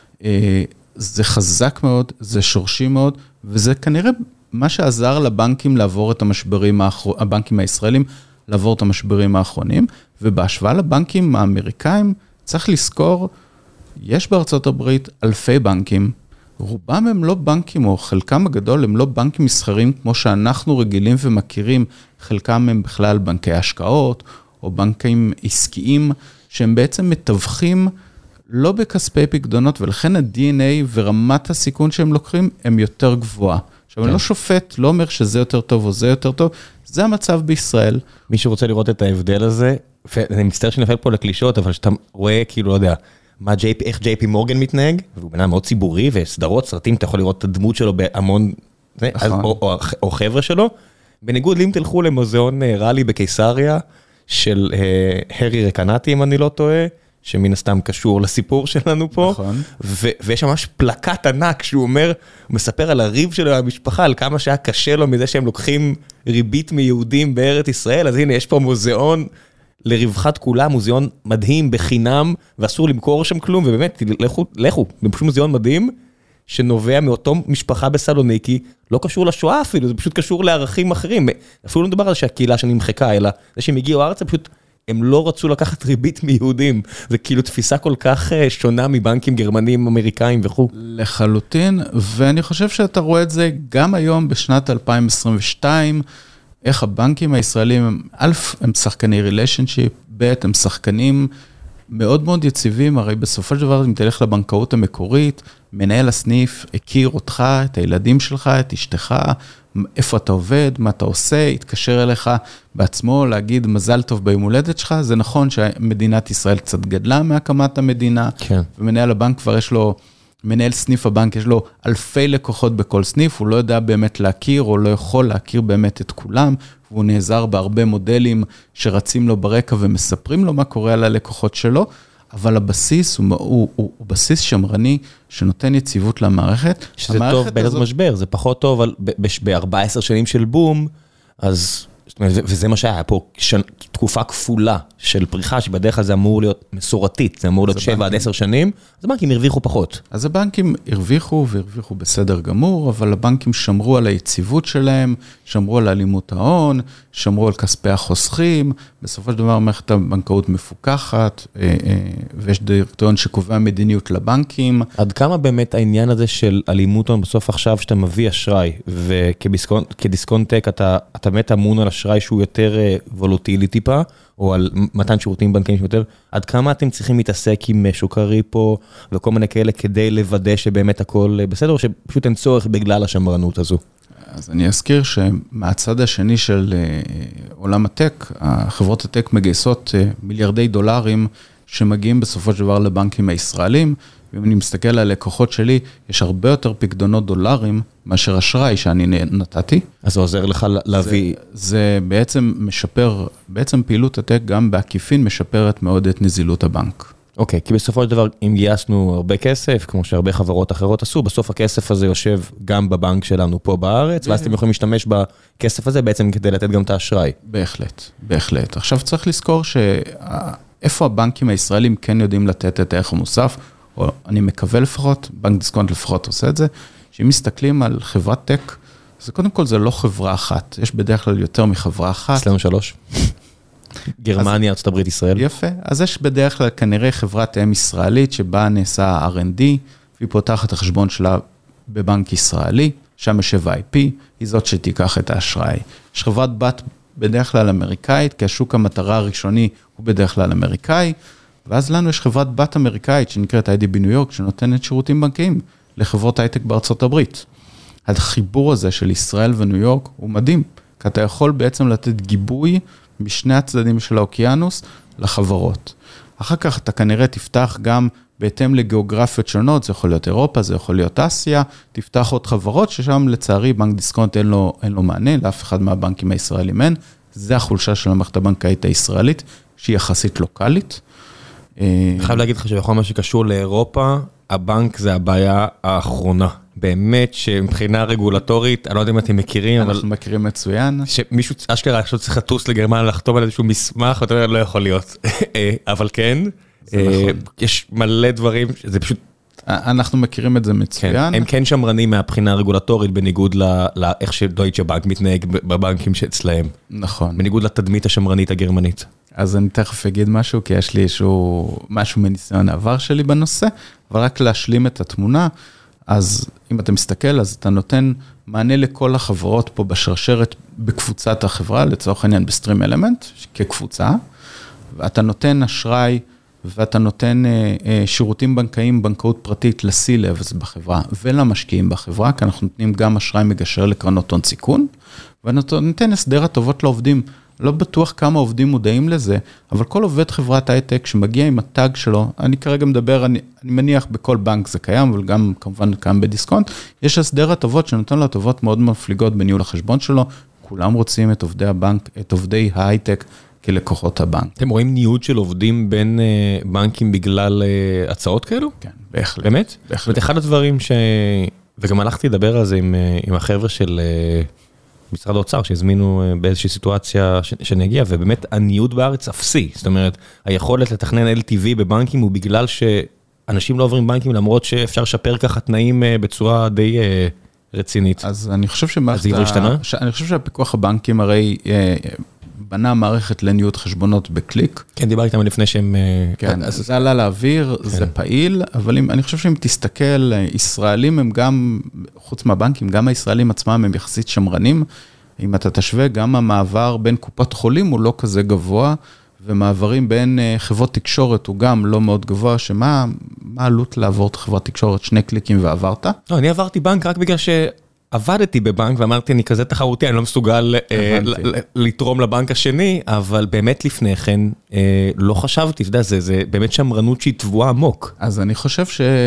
זה חזק מאוד, זה שורשי מאוד, וזה כנראה מה שעזר לבנקים לעבור את המשברים, הבנקים הישראלים לעבור את המשברים האחרונים, ובהשוואה לבנקים האמריקאים, צריך לזכור, יש בארצות הברית אלפי בנקים, רובם הם לא בנקים, או חלקם הגדול הם לא בנקים מסחרים, כמו שאנחנו רגילים ומכירים, חלקם הם בכלל בנקי השקעות, או בנקים עסקיים, שהם בעצם מתווכים לא בכספי פקדונות, ולכן ה-די אן איי ורמת הסיכון שהם לוקחים, הם יותר גבוהה. עכשיו, אני לא שופט, לא אומר שזה יותר טוב או זה יותר טוב, זה המצב בישראל. מי שרוצה לראות את ההבדל הזה, ואני מצטער שנפל פה לקלישות, אבל שאתה רואה, כאילו, לא יודע, איך ג'יי פי מורגן מתנהג, והוא בנה מאוד ציבורי, וסדרות, סרטים, אתה יכול לראות את הדמות שלו בהמון, או חבר'ה שלו, בניגוד, אם תלכו למוזיאון ראלי בקיסריה, של הרי רקנטי, אם אני לא טועה, שמן הסתם קשור לסיפור שלנו פה, נכון. ויש ממש פלקט ענק שהוא אומר, הוא מספר על הריב שלו במשפחה, על כמה שהיה קשה לו מזה שהם לוקחים ריבית מיהודים בארץ ישראל, אז הנה יש פה מוזיאון לרווחת כולם, מוזיאון מדהים בחינם, ואסור למכור שם כלום, ובאמת, לכו, לכו, פשוט מוזיאון מדהים, שנובע מאותו משפחה בסלוניקי, לא קשור לשואה אפילו, זה פשוט קשור לערכים אחרים, אפילו לא מדובר על שהקהילה שנמחקה, אלא זה שהם הגיעו ארצה, פשוט הם לא רצו לקחת ריבית מיהודים, זה כאילו תפיסה כל כך שונה מבנקים גרמנים, אמריקאים וכו'. לחלוטין, ואני חושב שאתה רואה את זה גם היום בשנת אלפיים עשרים ושתיים, איך הבנקים הישראלים, א', הם שחקני ריליישנשיפ, ב', הם שחקנים מאוד מאוד יציבים, הרי בסופו של דבר, אם תלך לבנקאות המקורית, מנהל הסניף הכיר אותך, את הילדים שלך, את אשתך, איפה אתה עובד, מה אתה עושה, התקשר אליך בעצמו להגיד מזל טוב ביום הולדת שלך, זה נכון שמדינת ישראל קצת גדלה מהקמת המדינה, כן. ומנהל הבנק כבר יש לו, מנהל סניף הבנק יש לו אלפי לקוחות בכל סניף, הוא לא יודע באמת להכיר, או לא יכול להכיר באמת את כולם, והוא נעזר בהרבה מודלים שרצים לו ברקע ומספרים לו מה קורה על הלקוחות שלו, אבל הבסיס הוא, הוא, הוא, הוא בסיס שמרני שנותן יציבות למערכת. שזה טוב בעת הזאת... משבר, זה פחות טוב, אבל ב-ארבע עשרה שנים של בום, אז, וזה מה שהיה, פה שנ... תקופה כפולה של פריחה, שבדרך כלל זה אמור להיות מסורתית, זה אמור להיות שבע עד עשר שנים, אז הבנקים הרוויחו פחות. אז הבנקים הרוויחו והרוויחו בסדר גמור, אבל הבנקים שמרו על היציבות שלהם, שמרו על אלימות ההון, שמרו על כספי החוסכים, בסופו של דבר מערכת הבנקאות מפוקחת, ויש דירקטוריון שקובע מדיניות לבנקים. עד כמה באמת העניין הזה של אלימות ההון בסוף עכשיו שאתה מביא אשראי, וכדיסקונטק אתה, אתה באמת אמון על אשראי שהוא יותר וולוטילי טיפה, או על מתן שירותים בנקאים יותר, עד כמה אתם צריכים להתעסק עם שוק הריפו וכל מיני כאלה כדי לוודא שבאמת הכל בסדר, או שפשוט אין צורך בגלל השמרנות הזו? אז אני אזכיר שמהצד השני של עולם הטק, החברות הטק מגייסות מיליארדי דולרים שמגיעים בסופו של דבר לבנקים הישראלים, ואם אני מסתכל על הלקוחות שלי, יש הרבה יותר פקדונות דולרים, מאשר אשראי שאני נתתי. אז זה עוזר לך להביא... זה, זה בעצם משפר, בעצם פעילות הטק גם בעקיפין משפרת מאוד את נזילות הבנק. אוקיי, כי בסופו של דבר, אם גייסנו הרבה כסף, כמו שהרבה חברות אחרות עשו, בסוף הכסף הזה יושב גם בבנק שלנו פה בארץ, ואז אתם יכולים להשתמש בכסף הזה בעצם כדי לתת גם את האשראי. בהחלט, בהחלט. עכשיו צריך לזכור שאיפה הבנקים הישראלים כן יודעים לתת את הערך המוסף, או אני מקווה לפחות, בנק דיסקונט לפחות עושה את זה, שאם מסתכלים על חברת טק, זה קודם כל זה לא חברה אחת, יש בדרך כלל יותר מחברה אחת. אצלנו שלוש. גרמניה, ארצות הברית, ישראל. יפה, אז יש בדרך כלל כנראה חברת אם ישראלית שבה נעשה אר אנד די, והיא פותחת את החשבון שלה בבנק ישראלי, שם יושב איי פי, היא זאת שתיקח את האשראי. יש חברת בת בדרך כלל אמריקאית, כי השוק המטרה הראשוני הוא בדרך כלל אמריקאי, ואז לנו יש חברת בת אמריקאית שנקראת איי די בי ניו יורק, שנותנת שירותים בנקיים לחברות הייטק בארצות הברית. החיבור הזה של ישראל וניו יורק הוא מדהים, כי אתה יכול בעצם לתת גיבוי משני הצדדים של האוקיינוס לחברות. אחר כך אתה כנראה תפתח גם בהתאם לגיאוגרפיות שונות, זה יכול להיות אירופה, זה יכול להיות אסיה, תפתח עוד חברות ששם לצערי בנק דיסקונט אין לו, אין לו מענה, לאף אחד מהבנקים הישראלים אין, זה החולשה של המערכת הבנקאית הישראלית, שהיא יחסית לוקלית. אני חייב להגיד לך שבכל מה שקשור לאירופה, הבנק זה הבעיה האחרונה. באמת שמבחינה רגולטורית, אני לא יודע אם אתם מכירים, אבל... אנחנו מכירים מצוין. שמישהו אשכרה עכשיו צריך לטוס לגרמניה לחתום על איזשהו מסמך, ואתה אומר, לא יכול להיות. אבל כן, יש מלא דברים, זה פשוט... אנחנו מכירים את זה מצוין. הם כן שמרנים מהבחינה הרגולטורית, בניגוד לאיך שדויטשה בנק מתנהג בבנקים שאצלהם. נכון. בניגוד לתדמית השמרנית הגרמנית. אז אני תכף אגיד משהו, כי יש לי איזשהו משהו מניסיון העבר שלי בנושא, אבל רק להשלים את התמונה, אז אם אתה מסתכל, אז אתה נותן מענה לכל החברות פה בשרשרת בקבוצת החברה, לצורך העניין בסטרים אלמנט, כקבוצה, ואתה נותן אשראי, ואתה נותן שירותים בנקאיים, בנקאות פרטית ל-C-Levels בחברה, ולמשקיעים בחברה, כי אנחנו נותנים גם אשראי מגשר לקרנות הון סיכון, ואתה נותן הסדר הטובות לעובדים, לא בטוח כמה עובדים מודעים לזה, אבל כל עובד חברת הייטק שמגיע עם הטאג שלו, אני כרגע מדבר, אני, אני מניח בכל בנק זה קיים, אבל גם כמובן קיים בדיסקונט, יש הסדר הטובות שנותן לו הטובות מאוד מפליגות בניהול החשבון שלו, כולם רוצים את עובדי הבנק, את עובדי ההייטק כלקוחות הבנק. אתם רואים ניוד של עובדים בין uh, בנקים בגלל uh, הצעות כאלו? כן, בהחלט. באמת? בהחלט. ואת אחד הדברים ש... וגם הלכתי לדבר על זה עם, עם החבר'ה של... Uh, משרד האוצר שהזמינו באיזושהי סיטואציה שנגיע, ובאמת הניוד בארץ אפסי, זאת אומרת, היכולת לתכנן אל טי וי בבנקים הוא בגלל שאנשים לא עוברים בנקים, למרות שאפשר לשפר ככה תנאים בצורה די רצינית. אז אני חושב שמערכת... אז זה כבר השתנה? אני חושב שהפיקוח הבנקים הרי בנה מערכת לניוד חשבונות בקליק. כן, דיברתי איתם לפני שהם... כן, אז זה עלה לאוויר, זה פעיל, אבל אני חושב שאם תסתכל, ישראלים הם גם, חוץ מהבנקים, גם הישראלים עצמם הם יחסית שמרנים, אם אתה תשווה, גם המעבר בין קופת חולים הוא לא כזה גבוה, ומעברים בין חברות תקשורת הוא גם לא מאוד גבוה, שמה העלות לעבור את חברת תקשורת, שני קליקים ועברת? לא, אני עברתי בנק רק בגלל ש... עבדתי בבנק ואמרתי, אני כזה תחרותי, אני לא מסוגל לתרום לבנק השני, אבל באמת לפני כן לא חשבתי, אתה יודע, זה באמת שמרנות שהיא תבואה עמוק. אז אני חושב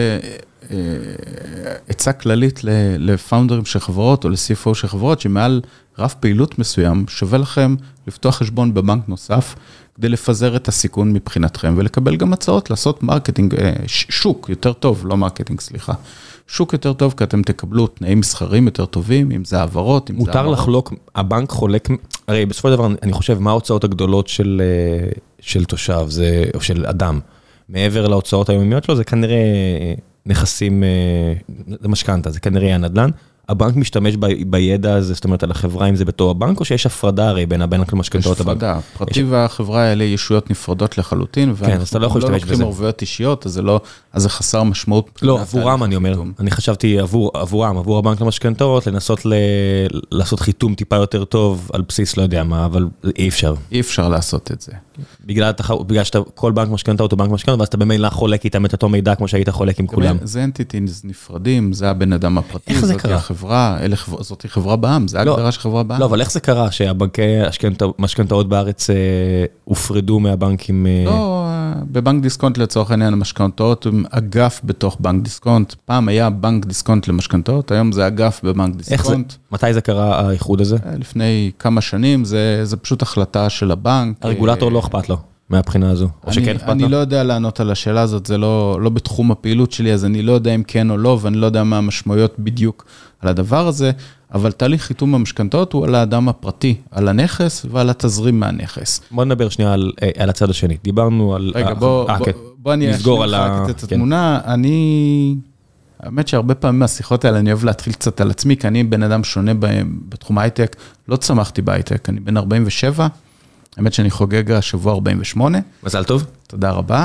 שעצה כללית לפאונדרים של חברות או ל-סי אף או של חברות, שמעל רף פעילות מסוים, שווה לכם לפתוח חשבון בבנק נוסף, כדי לפזר את הסיכון מבחינתכם, ולקבל גם הצעות לעשות מרקטינג, שוק יותר טוב, לא מרקטינג, סליחה. שוק יותר טוב, כי אתם תקבלו תנאים מסחרים יותר טובים, אם זה העברות, אם זה... מותר לחלוק, הבנק חולק, הרי בסופו של דבר, אני חושב, מה ההוצאות הגדולות של, של תושב, זה, או של אדם, מעבר להוצאות היומיות שלו, זה כנראה נכסים, זה משכנתה, זה כנראה הנדל"ן, הבנק משתמש ב, בידע הזה, זאת אומרת, על החברה, אם זה בתור הבנק, או שיש הפרדה הרי בין הבנק למשכנתאות הבנק? יש הפרדה, פרטי והחברה האלה ישויות נפרדות לחלוטין, כן, אז אתה לא יכול להשתמש בזה. לא לוקחים ערבויות אישיות, אז זה לא, אז זה חסר משמעות. לא, עבורם אני אומר, אני חשבתי עבור, עבורם, עבור הבנק למשכנתאות, לנסות ל, לעשות חיתום טיפה יותר טוב, על בסיס לא יודע מה, אבל אי אפשר. אי אפשר לעשות את זה. בגלל, בגלל שאתה, כל בנק משכנתאות הוא בנק משכנתאות, ואז אתה במילא חולק איתם את אותו מידע, כמו שהיית חולק עם כולם. זה אנטיטיז נפרדים, זה הבן אדם הפרטי, איך זה קרה? חברה, זאת היא חברה בעם, זה ההגדרה של חברה בעם. לא, אבל איך זה קרה שהבנקי משכנתאות בארץ הופרדו מהבנקים? לא, בבנק דיסקונט לצורך העניין המשכנתאות הם אגף בתוך בנק דיסקונט. פעם היה בנק דיסקונט למשכנתאות, היום זה אגף בבנק דיסקונט. מתי זה קרה האיחוד הזה? לפני כמה שנים, זה, זה פשוט החלטה של הבנק. הרגולטור לא אכפת לו מהבחינה הזו, או שכן אכפת לו? אני לא יודע לענות על השאלה הזאת, זה לא, לא בתחום הפעילות שלי, אז אני לא יודע אם כן או לא, ואני לא יודע מה המשמעויות בדיוק על הדבר הזה, אבל תהליך חיתום המשכנתאות הוא על האדם הפרטי, על הנכס ועל התזרים מהנכס. בוא נדבר שנייה על, על הצד השני. דיברנו על... רגע, בוא, בוא, בוא אני אשלים לך את התמונה. אני... האמת שהרבה פעמים מהשיחות האלה אני אוהב להתחיל קצת על עצמי, כי אני בן אדם שונה בתחום ההייטק, לא צמחתי בהייטק, אני בן ארבעים ושבע, האמת שאני חוגג השבוע ארבעים ושמונה. מזל טוב. תודה רבה.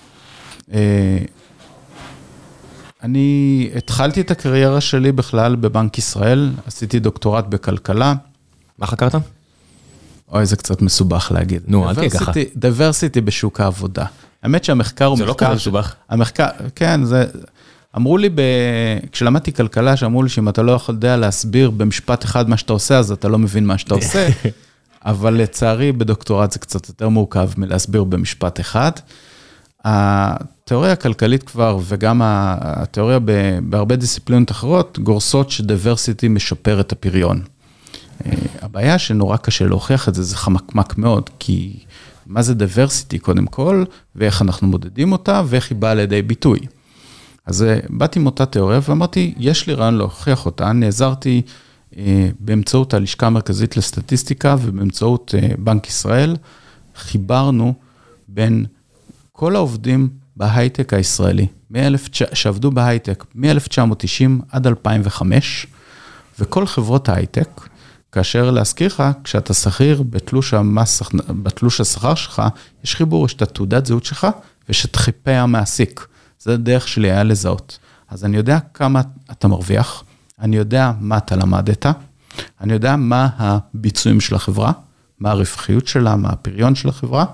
אני התחלתי את הקריירה שלי בכלל בבנק ישראל, עשיתי דוקטורט בכלכלה. מה חקרת? אוי, זה קצת מסובך להגיד. נו, אל תהיה ככה. דייברסיטי בשוק העבודה. האמת שהמחקר הוא מחקר... זה לא כזה מסובך. המחקר, כן, זה... אמרו לי, ב... כשלמדתי כלכלה, שאמרו לי שאם אתה לא יכול יודע להסביר במשפט אחד מה שאתה עושה, אז אתה לא מבין מה שאתה עושה. אבל לצערי, בדוקטורט זה קצת יותר מורכב מלהסביר במשפט אחד. התיאוריה הכלכלית כבר, וגם התיאוריה בהרבה דיסציפלינות אחרות, גורסות שדייברסיטי משפר את הפריון. הבעיה שנורא קשה להוכיח את זה, זה חמקמק מאוד, כי מה זה דייברסיטי קודם כל, ואיך אנחנו מודדים אותה, ואיך היא באה לידי ביטוי. אז באתי עם אותה תיאוריה, ואמרתי, יש לי רעיון להוכיח אותה, נעזרתי באמצעות הלשכה המרכזית לסטטיסטיקה, ובאמצעות בנק ישראל, חיברנו בין כל העובדים בהייטק הישראלי, שעבדו בהייטק מ-אלף תשע מאות תשעים עד אלפיים וחמש, וכל חברות ההייטק, כאשר להזכיר לך, כשאתה שכיר בתלוש המס, בתלוש השכר שלך, יש חיבור, יש את התעודת זהות שלך, ויש את חיפי המעסיק. זה הדרך שלי היה לזהות. אז אני יודע כמה אתה מרוויח, אני יודע מה אתה למדת, אני יודע מה הביצועים של החברה, מה הרווחיות שלה, מה הפריון של החברה,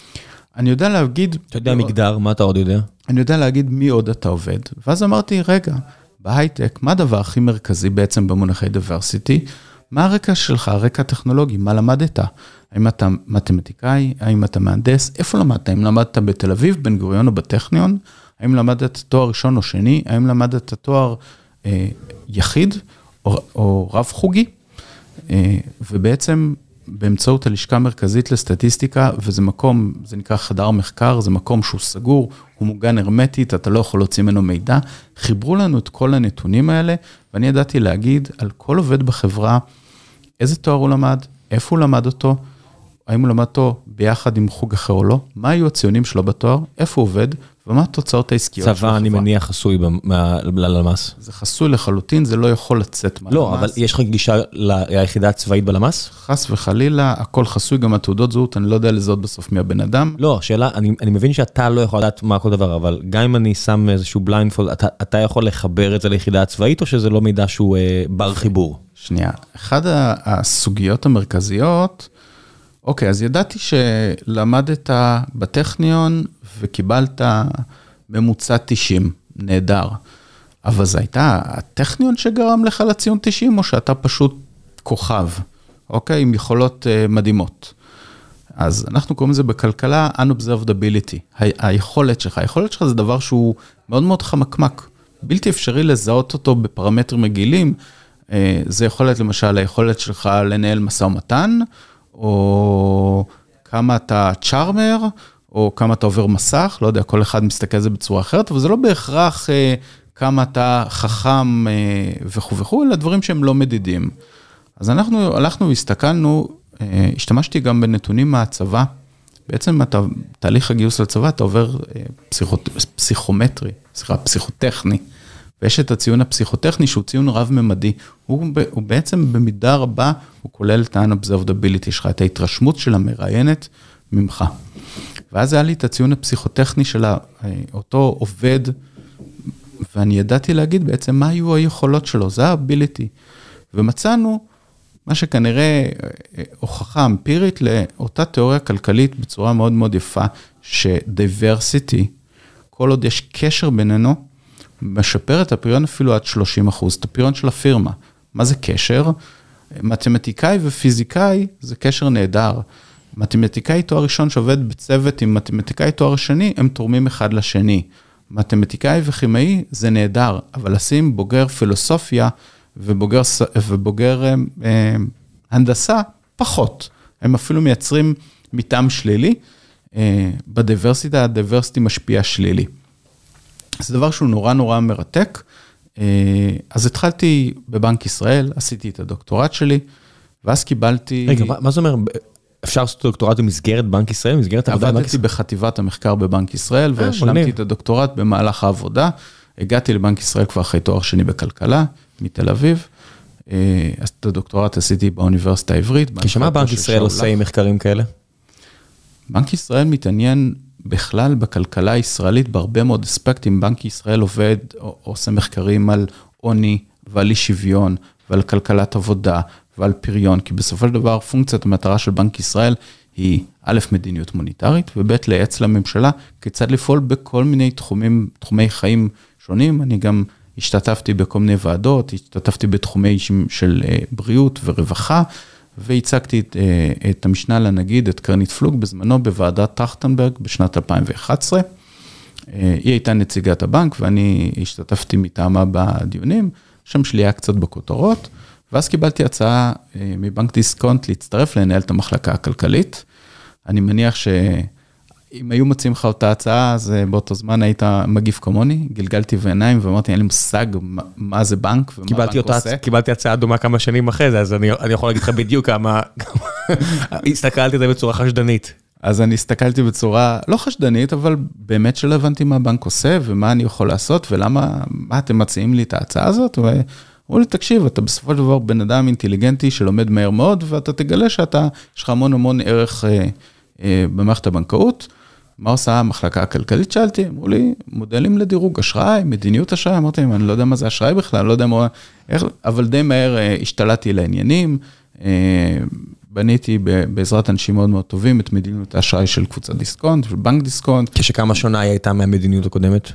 אני יודע להגיד... אתה יודע מגדר, מה אתה עוד יודע? אני יודע להגיד מי עוד אתה עובד. ואז אמרתי, רגע, בהייטק, מה הדבר הכי מרכזי בעצם במונחי דייברסיטי? מה הרקע שלך, הרקע הטכנולוגי, מה למדת? האם אתה מתמטיקאי, האם אתה מהנדס? איפה למדת? האם למדת בתל אביב, בן גוריון או בטכניון? האם למדת תואר ראשון או שני? האם למדת תואר אה, יחיד או, או רב חוגי? אה, ובעצם... באמצעות הלשכה המרכזית לסטטיסטיקה, וזה מקום, זה נקרא חדר מחקר, זה מקום שהוא סגור, הוא מוגן הרמטית, אתה לא יכול להוציא ממנו מידע, חיברו לנו את כל הנתונים האלה, ואני ידעתי להגיד על כל עובד בחברה, איזה תואר הוא למד, איפה הוא למד אותו, האם הוא למד אותו ביחד עם חוג אחר או לא, מה היו הציונים שלו בתואר, איפה הוא עובד, ומה התוצאות העסקיות של החברה. צבא, אני מניח, חסוי ללמ"ס. זה חסוי לחלוטין, זה לא יכול לצאת מהלמ"ס. לא, אבל יש לך גישה ליחידה הצבאית בלמ"ס? חס וחלילה, הכל חסוי, גם התעודות זהות, אני לא יודע לזהות בסוף מי הבן אדם. לא, שאלה, אני, אני מבין שאתה לא יכול לדעת מה כל דבר, אבל גם אם אני שם איזשהו בליינדפולד, אתה, אתה יכול לחבר את זה ליחידה הצבאית, או שזה לא מידע שהוא אה, בר חיבור? שנייה, אחד הסוגיות המרכזיות, אוקיי, אז ידעתי שלמדת בטכניון וקיבלת ממוצע תשעים, נהדר. אבל זה הייתה הטכניון שגרם לך לציון תשעים, או שאתה פשוט כוכב, אוקיי, עם יכולות מדהימות. אז אנחנו קוראים לזה בכלכלה unobservability, ה- היכולת שלך. היכולת שלך זה דבר שהוא מאוד מאוד חמקמק, בלתי אפשרי לזהות אותו בפרמטרים רגילים. זה יכולת, למשל, היכולת שלך לנהל משא ומתן, או כמה אתה צ'ארמר, או כמה אתה עובר מסך, לא יודע, כל אחד מסתכל על זה בצורה אחרת, אבל זה לא בהכרח אה, כמה אתה חכם אה, וכו' וכו', אלא דברים שהם לא מדידים. אז אנחנו הלכנו והסתכלנו, אה, השתמשתי גם בנתונים מהצבא, בעצם אתה, תהליך הגיוס לצבא, אתה עובר אה, פסיכו, פסיכומטרי, סליחה, פסיכוטכני, ויש את הציון הפסיכוטכני שהוא ציון רב-ממדי, הוא, הוא בעצם במידה רבה, הוא כולל את ה-unobservability שלך, את ההתרשמות של המראיינת ממך. ואז היה לי את הציון הפסיכוטכני של אותו עובד, ואני ידעתי להגיד בעצם מה היו היכולות שלו, זה ה-ability. ומצאנו מה שכנראה הוכחה אמפירית לאותה תיאוריה כלכלית בצורה מאוד מאוד יפה, ש-diversity, כל עוד יש קשר בינינו, משפר את הפריון אפילו עד שלושים אחוז, את הפריון של הפירמה. מה זה קשר? מתמטיקאי ופיזיקאי זה קשר נהדר. מתמטיקאי תואר ראשון שעובד בצוות עם מתמטיקאי תואר שני, הם תורמים אחד לשני. מתמטיקאי וכימאי זה נהדר, אבל לשים בוגר פילוסופיה ובוגר, ובוגר אה, הנדסה, פחות. הם אפילו מייצרים מטעם שלילי. אה, בדיברסיטה, הדיברסיטי משפיע שלילי. זה דבר שהוא נורא נורא מרתק. אה, אז התחלתי בבנק ישראל, עשיתי את הדוקטורט שלי, ואז קיבלתי... רגע, מה, מה זה אומר? אפשר לעשות דוקטורט במסגרת בנק ישראל? במסגרת העבודה בבנק ישראל? עבדתי בחטיבת המחקר בבנק ישראל, והשלמתי את הדוקטורט במהלך העבודה. הגעתי לבנק ישראל כבר אחרי תואר שני בכלכלה, מתל אביב. אז את הדוקטורט עשיתי באוניברסיטה העברית. כשמה בנק ישראל עושה עם מחקרים כאלה? בנק ישראל מתעניין בכלל בכלכלה הישראלית, בהרבה מאוד אספקטים. בנק ישראל עובד, עושה מחקרים על עוני ועל אי שוויון, ועל כלכלת עבודה, ועל פריון, כי בסופו של דבר פונקציית המטרה של בנק ישראל היא א', מדיניות מוניטרית, וב', לייעץ לממשלה כיצד לפעול בכל מיני תחומים, תחומי חיים שונים. אני גם השתתפתי בכל מיני ועדות, השתתפתי בתחומי של בריאות ורווחה, והצגתי את, את המשנה לנגיד, את קרנית פלוג, בזמנו בוועדת טרכטנברג בשנת אלפיים ואחת עשרה. היא הייתה נציגת הבנק, ואני השתתפתי מטעמה בדיונים, שם שלי היה קצת בכותרות, ואז קיבלתי הצעה מבנק דיסקונט להצטרף לנהל את המחלקה הכלכלית. אני מניח שאם היו מציעים לך אותה הצעה, אז באותו זמן היית מגיף כמוני, גלגלתי בעיניים ואמרתי, אין לי מושג מה זה בנק ומה בנק עושה. קיבלתי הצעה דומה כמה שנים אחרי זה, אז אני, אני יכול להגיד לך בדיוק כמה, הסתכלתי על זה בצורה חשדנית. אז אני הסתכלתי בצורה לא חשדנית, אבל באמת שלא הבנתי מה הבנק עושה ומה אני יכול לעשות ולמה, מה אתם מציעים לי את ההצעה הזאת, ו... אמרו לי, תקשיב, אתה בסופו של דבר בן אדם אינטליגנטי שלומד מהר מאוד, ואתה תגלה שאתה, יש לך המון המון ערך אה, אה, במערכת הבנקאות. מה עושה המחלקה הכלכלית? שאלתי, אמרו לי, מודלים לדירוג אשראי, מדיניות אשראי, אמרתי, אני לא יודע מה זה אשראי בכלל, אני לא יודע מה, איך, אבל די מהר אה, השתלטתי לעניינים, אה, בניתי בעזרת אנשים מאוד מאוד טובים, את מדיניות האשראי של קבוצת דיסקונט, של בנק דיסקונט. כשכמה שונה היא הייתה מהמדיניות הקודמת?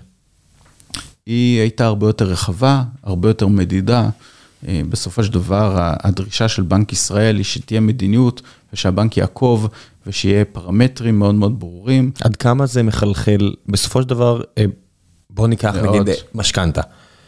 היא הייתה הרבה יותר רחבה, הרבה יותר מדידה. בסופו של דבר, הדרישה של בנק ישראל היא שתהיה מדיניות, ושהבנק יעקוב, ושיהיה פרמטרים מאוד מאוד ברורים. עד כמה זה מחלחל? בסופו של דבר, בוא ניקח נגיד משכנתה,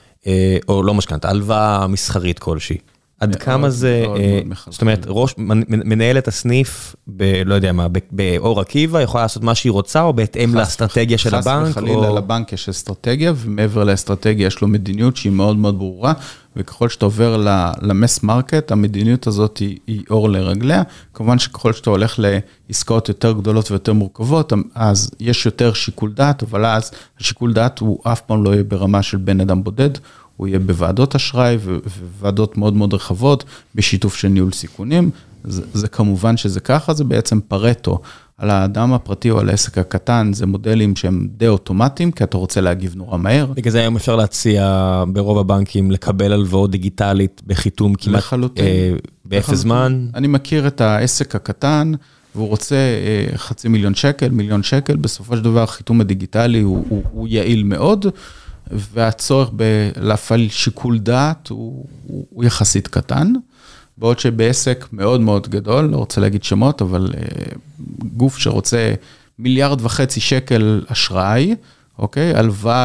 או לא משכנתה, הלוואה מסחרית כלשהי. עד כמה זה, זאת אומרת, ראש, מנהלת הסניף, לא יודע מה, באור עקיבא, יכולה לעשות מה שהיא רוצה, או בהתאם לאסטרטגיה של הבנק? חס וחלילה, לבנק יש אסטרטגיה, ומעבר לאסטרטגיה יש לו מדיניות שהיא מאוד מאוד ברורה, וככל שאתה עובר למס מרקט, המדיניות הזאת היא אור לרגליה. כמובן שככל שאתה הולך לעסקאות יותר גדולות ויותר מורכבות, אז יש יותר שיקול דעת, אבל אז השיקול דעת הוא אף פעם לא יהיה ברמה של בן אדם בודד, הוא יהיה בוועדות אשראי וועדות מאוד מאוד רחבות, בשיתוף של ניהול סיכונים. זה, זה כמובן שזה ככה, זה בעצם פרטו. על האדם הפרטי או על העסק הקטן, זה מודלים שהם די אוטומטיים, כי אתה רוצה להגיב נורא מהר. בגלל זה היום אפשר להציע ברוב הבנקים, לקבל הלוואות דיגיטלית בחיתום כמעט אה, באפס זמן. אני מכיר את העסק הקטן, והוא רוצה אה, חצי מיליון שקל, מיליון שקל, בסופו של דבר החיתום הדיגיטלי הוא, הוא, הוא יעיל מאוד, והצורך להפעיל שיקול דעת הוא, הוא, הוא יחסית קטן, בעוד שבעסק מאוד מאוד גדול, לא רוצה להגיד שמות, אבל גוף שרוצה מיליארד וחצי שקל אשראי, אוקיי, הלוואה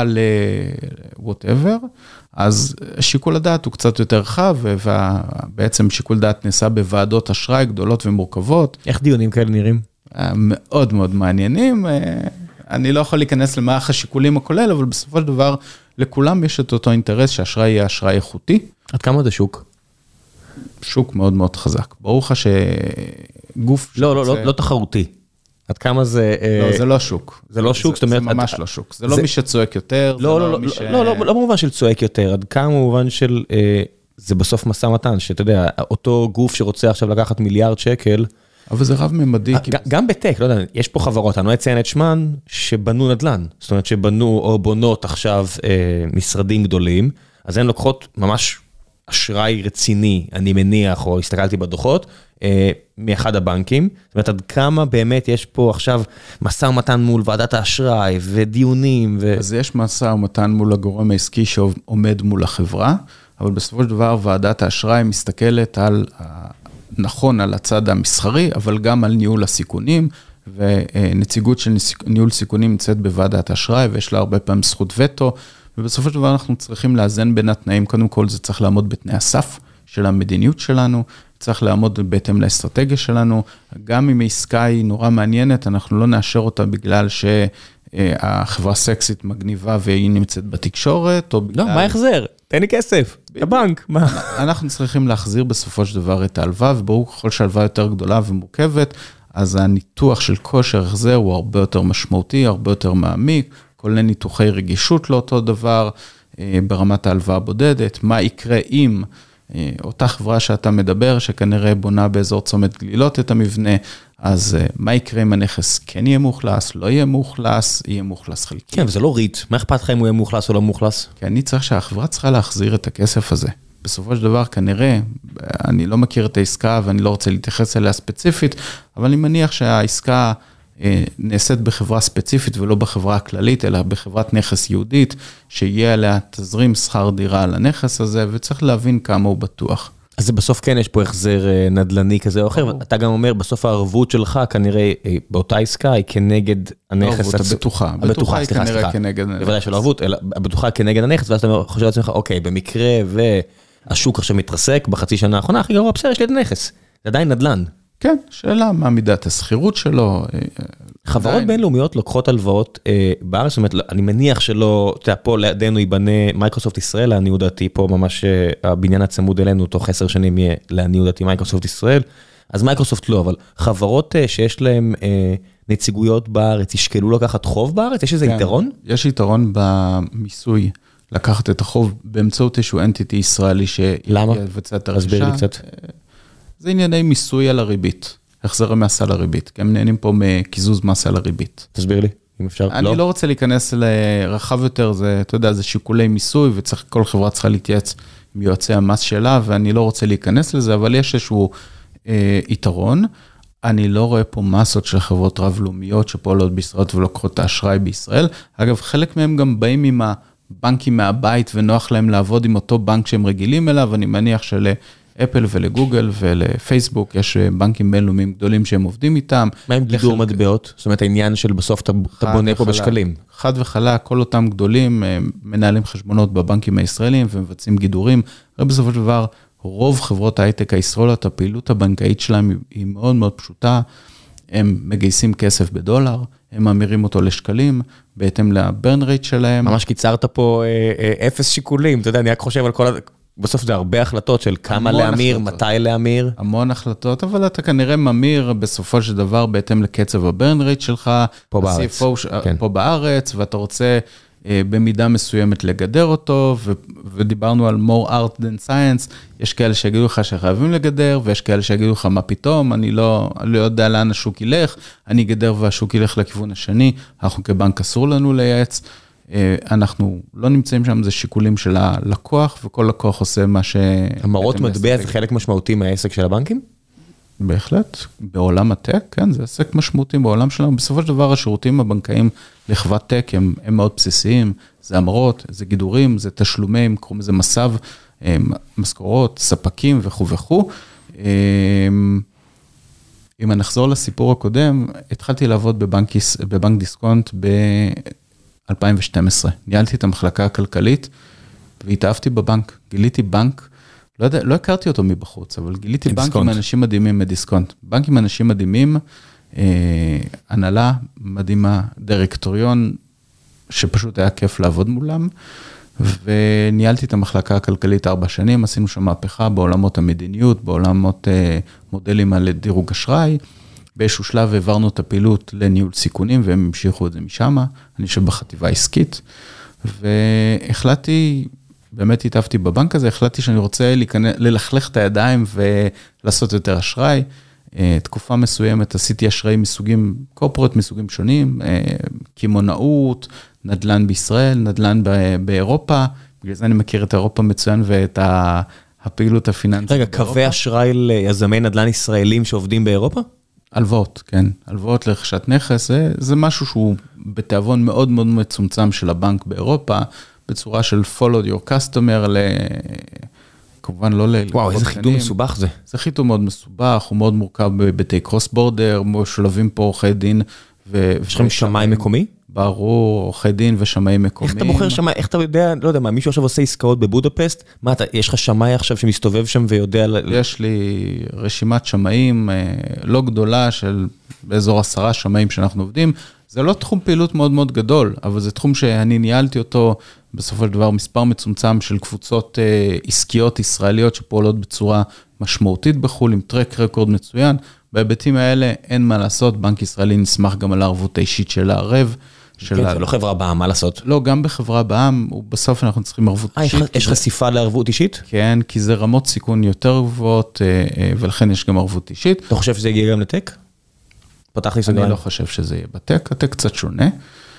ל-whatever, אז שיקול הדעת הוא קצת יותר רחב, ובעצם שיקול דעת נעשה בוועדות אשראי גדולות ומורכבות. איך דיונים כאלה נראים? מאוד מאוד מעניינים, אני לא יכול להיכנס למערך השיקולים הכולל, אבל בסופו של דבר, לכולם יש את אותו אינטרס שהאשראי יהיה אשראי איכותי. עד כמה זה שוק? שוק מאוד מאוד חזק. ברור לך שגוף... לא, לא, לא, לא תחרותי. עד כמה זה... לא, זה לא שוק. זה לא שוק, זאת אומרת... זה ממש לא שוק. זה לא מי שצועק יותר. לא, לא, לא, לא, לא במובן של צועק יותר. עד כמה במובן של... זה בסוף מסע מתן, שאתה יודע, אותו גוף שרוצה עכשיו לקחת מיליארד שקל... אבל זה רב ממדי. גם בטק, לא יודע, יש פה חברות, אני לא אציין את שמן, שבנו נדל"ן. זאת אומרת, שבנו או בונות עכשיו משרדים גדולים, אז הן לוקחות ממש אשראי רציני, אני מניח, או הסתכלתי בדוחות, מאחד הבנקים. זאת אומרת, עד כמה באמת יש פה עכשיו מסע ומתן מול ועדת האשראי, ודיונים. אז יש מסע ומתן מול הגורם העסקי שעומד מול החברה. אבל בסופו של דבר ועדת האשראי מסתכלת על, נכון, על הצד המסחרי, אבל גם על ניהול הסיכונים, ונציגות של ניהול סיכונים נמצאת בוועדת האשראי, ויש לה הרבה פעמים זכות וטו, ובסופו של דבר אנחנו צריכים לאזן בין התנאים, קודם כל זה צריך לעמוד בתנאי הסף של המדיניות שלנו, צריך לעמוד בהתאם לאסטרטגיה שלנו, גם אם העסקה היא נורא מעניינת, אנחנו לא נאשר אותה בגלל שהחברה סקסית מגניבה והיא נמצאת בתקשורת, או בגלל... לא, מה יחזר? תן לי כסף, הבנק, מה? אנחנו צריכים להחזיר בסופו של דבר את ההלוואה, וברור ככל שההלוואה יותר גדולה ומורכבת, אז הניתוח של כושר החזר הוא הרבה יותר משמעותי, הרבה יותר מעמיק, כולל ניתוחי רגישות לאותו דבר, ברמת ההלוואה הבודדת, מה יקרה אם אותה חברה שאתה מדבר, שכנראה בונה באזור צומת גלילות את המבנה, אז מה יקרה אם הנכס כן יהיה מוכלס, לא יהיה מוכלס, יהיה מוכלס חלקי. כן, וזה לא ריט, מה אכפת לך אם הוא יהיה מוכלס או לא מוכלס? כי אני צריך שהחברה צריכה להחזיר את הכסף הזה. בסופו של דבר כנראה, אני לא מכיר את העסקה ואני לא רוצה להתייחס אליה ספציפית, אבל אני מניח שהעסקה נעשית בחברה ספציפית ולא בחברה הכללית, אלא בחברת נכס יהודית, שיהיה עליה תזרים שכר דירה על הנכס הזה, וצריך להבין כמה הוא בטוח. אז בסוף כן יש פה החזר נדל"ני כזה או אחר, אתה גם אומר, בסוף הערבות שלך כנראה באותה עסקה היא כנגד הנכס. הערבות הבטוחה. הבטוחה, סליחה, סליחה. בוודאי של הערבות, אלא הבטוחה כנגד הנכס, ואז אתה חושב לעצמך, אוקיי, במקרה והשוק עכשיו מתרסק בחצי שנה האחרונה, הכי גרוע, בסדר, יש לי את הנכס. זה עדיין נדל"ן. כן, שאלה מה מידת הסחירות שלו. חברות בינלאומיות לוקחות הלוואות בארץ, זאת אומרת, אני מניח שלא, אתה יודע, פה לידינו ייבנה מייקרוסופט ישראל, לעניות דעתי פה ממש הבניין הצמוד אלינו, תוך עשר שנים יהיה לעניות דעתי מייקרוסופט ישראל, אז מייקרוסופט לא, אבל חברות שיש להן נציגויות בארץ, ישקלו לקחת חוב בארץ, יש איזה יתרון? יש יתרון במיסוי, לקחת את החוב באמצעות איזשהו אנטיטי ישראלי שיבצע את הרכישה. תסביר לי קצת. זה ענייני מיסוי על הריבית, החזר המס על הריבית, כי הם נהנים פה מקיזוז מס על הריבית. תסביר לי, אם אפשר. אני לא, לא רוצה להיכנס לרחב יותר, זה, אתה יודע, זה שיקולי מיסוי, וכל חברה צריכה להתייעץ עם יועצי המס שלה, ואני לא רוצה להיכנס לזה, אבל יש איזשהו אה, יתרון. אני לא רואה פה מסות של חברות רב-לאומיות שפועלות בישראל ולוקחות את האשראי בישראל. אגב, חלק מהם גם באים עם הבנקים מהבית, ונוח להם לעבוד עם אותו בנק שהם רגילים אליו, אני מניח של... אפל ולגוגל ולפייסבוק, יש בנקים בינלאומיים גדולים שהם עובדים איתם. מה עם גידור מטבעות? זאת אומרת, העניין של בסוף אתה בונה פה בשקלים. חד וחלק, כל אותם גדולים מנהלים חשבונות בבנקים הישראלים ומבצעים גידורים. הרי בסופו של דבר, רוב חברות ההייטק הישראליות, הפעילות הבנקאית שלהם היא מאוד מאוד פשוטה. הם מגייסים כסף בדולר, הם מאמירים אותו לשקלים, בהתאם לברן רייט שלהם. ממש קיצרת פה אפס שיקולים. אתה יודע, אני רק חושב על כל... בסוף זה הרבה החלטות של כמה להמיר, מתי להמיר. המון החלטות, אבל אתה כנראה ממיר בסופו של דבר בהתאם לקצב הברן רייט שלך. פה בארץ. פה בארץ, ואתה רוצה במידה מסוימת לגדר אותו, ודיברנו על more art than science, יש כאלה שיגידו לך שחייבים לגדר, ויש כאלה שיגידו לך מה פתאום, אני לא, לא יודע לאן השוק ילך, אני אגדר והשוק ילך לכיוון השני, אנחנו כבנק אסור לנו לייעץ, אנחנו לא נמצאים שם, זה שיקולים של הלקוח, וכל לקוח עושה מה ש... המרות מטבע זה חלק משמעותי מהעסק של הבנקים? בהחלט, בעולם הטק, כן, זה עסק משמעותי בעולם שלנו, בסופו של דבר השירותים הבנקאיים לחברת טק הם, הם מאוד בסיסיים, זה המרות, זה גידורים, זה תשלומים, קוראים לזה מסב, משכורות, ספקים וכו' וכו'. אם אני אחזור לסיפור הקודם, התחלתי לעבוד בבנק, בבנק דיסקונט ב-אלפיים ושתים עשרה. ניהלתי את המחלקה הכלכלית, והתאהבתי בבנק. גיליתי בנק, לא יודע, לא הכרתי אותו מבחוץ, אבל גיליתי בנק עם אנשים מדהימים מדיסקונט. בנק עם אנשים מדהימים, אה, הנהלה מדהימה, דירקטוריון, שפשוט היה כיף לעבוד מולם, וניהלתי את המחלקה הכלכלית ארבע שנים, עשינו שם מהפכה בעולמות המדיניות, בעולמות אה, מודלים על דירוג אשראי, באיזשהו שלב העברנו את הפעילות לניהול סיכונים, והם המשיכו את זה משם, אני שבחטיבה עסקית, והחלטתי, באמת התאהבתי בבנק הזה, החלטתי שאני רוצה להיכנס, ללכלך את הידיים ולעשות יותר אשראי. תקופה מסוימת עשיתי אשראי מסוגים, קורפורט מסוגים שונים, כימונאות, נדל"ן בישראל, נדל"ן באירופה, בגלל זה אני מכיר את אירופה מצוין ואת הפעילות הפיננסית. רגע, קווי אשראי ליזמי נדל"ן ישראלים שעובדים באירופה? הלוואות, כן. הלוואות לרכישת נכס, זה, זה משהו שהוא בתיאבון מאוד מאוד מצומצם של הבנק באירופה, בצורה של follow your customer, ל... כמובן לא ל... וואו, איזה חיתום מסובך זה. זה חיתום מאוד מסובך, הוא מאוד מורכב בביתי קרוס בורדר, משולבים פה עורכי דין. יש לכם שמאי מקומי? ברור, עורכי דין ושמאי מקומיים. איך אתה בוחר שמאי? איך אתה יודע, לא יודע מה, מישהו עכשיו עושה עסקאות בבודפסט? מה אתה, יש לך שמאי עכשיו שמסתובב שם ויודע... יש לי רשימת שמאים לא גדולה של באזור עשרה שמאים שאנחנו עובדים. זה לא תחום פעילות מאוד מאוד גדול, אבל זה תחום שאני ניהלתי אותו בסופו של דבר מספר מצומצם של קבוצות עסקיות ישראליות שפועלות בצורה משמעותית בחול, עם טרק רקורד מצוין. בהיבטים האלה אין מה לעשות, בנק ישראלי נשמח גם על הערבות האישית של הערב. כן, זה לא חברה בעם, מה לעשות? לא, גם בחברה בעם, בסוף אנחנו צריכים ערבות אישית. יש חשיפה לערבות אישית? כן, כי זה רמות סיכון יותר גבוהות, ולכן יש גם ערבות אישית. אתה חושב שזה יגיע גם לטק? פתח לי סגריים. אני לא חושב שזה יהיה בטק, הטק קצת שונה.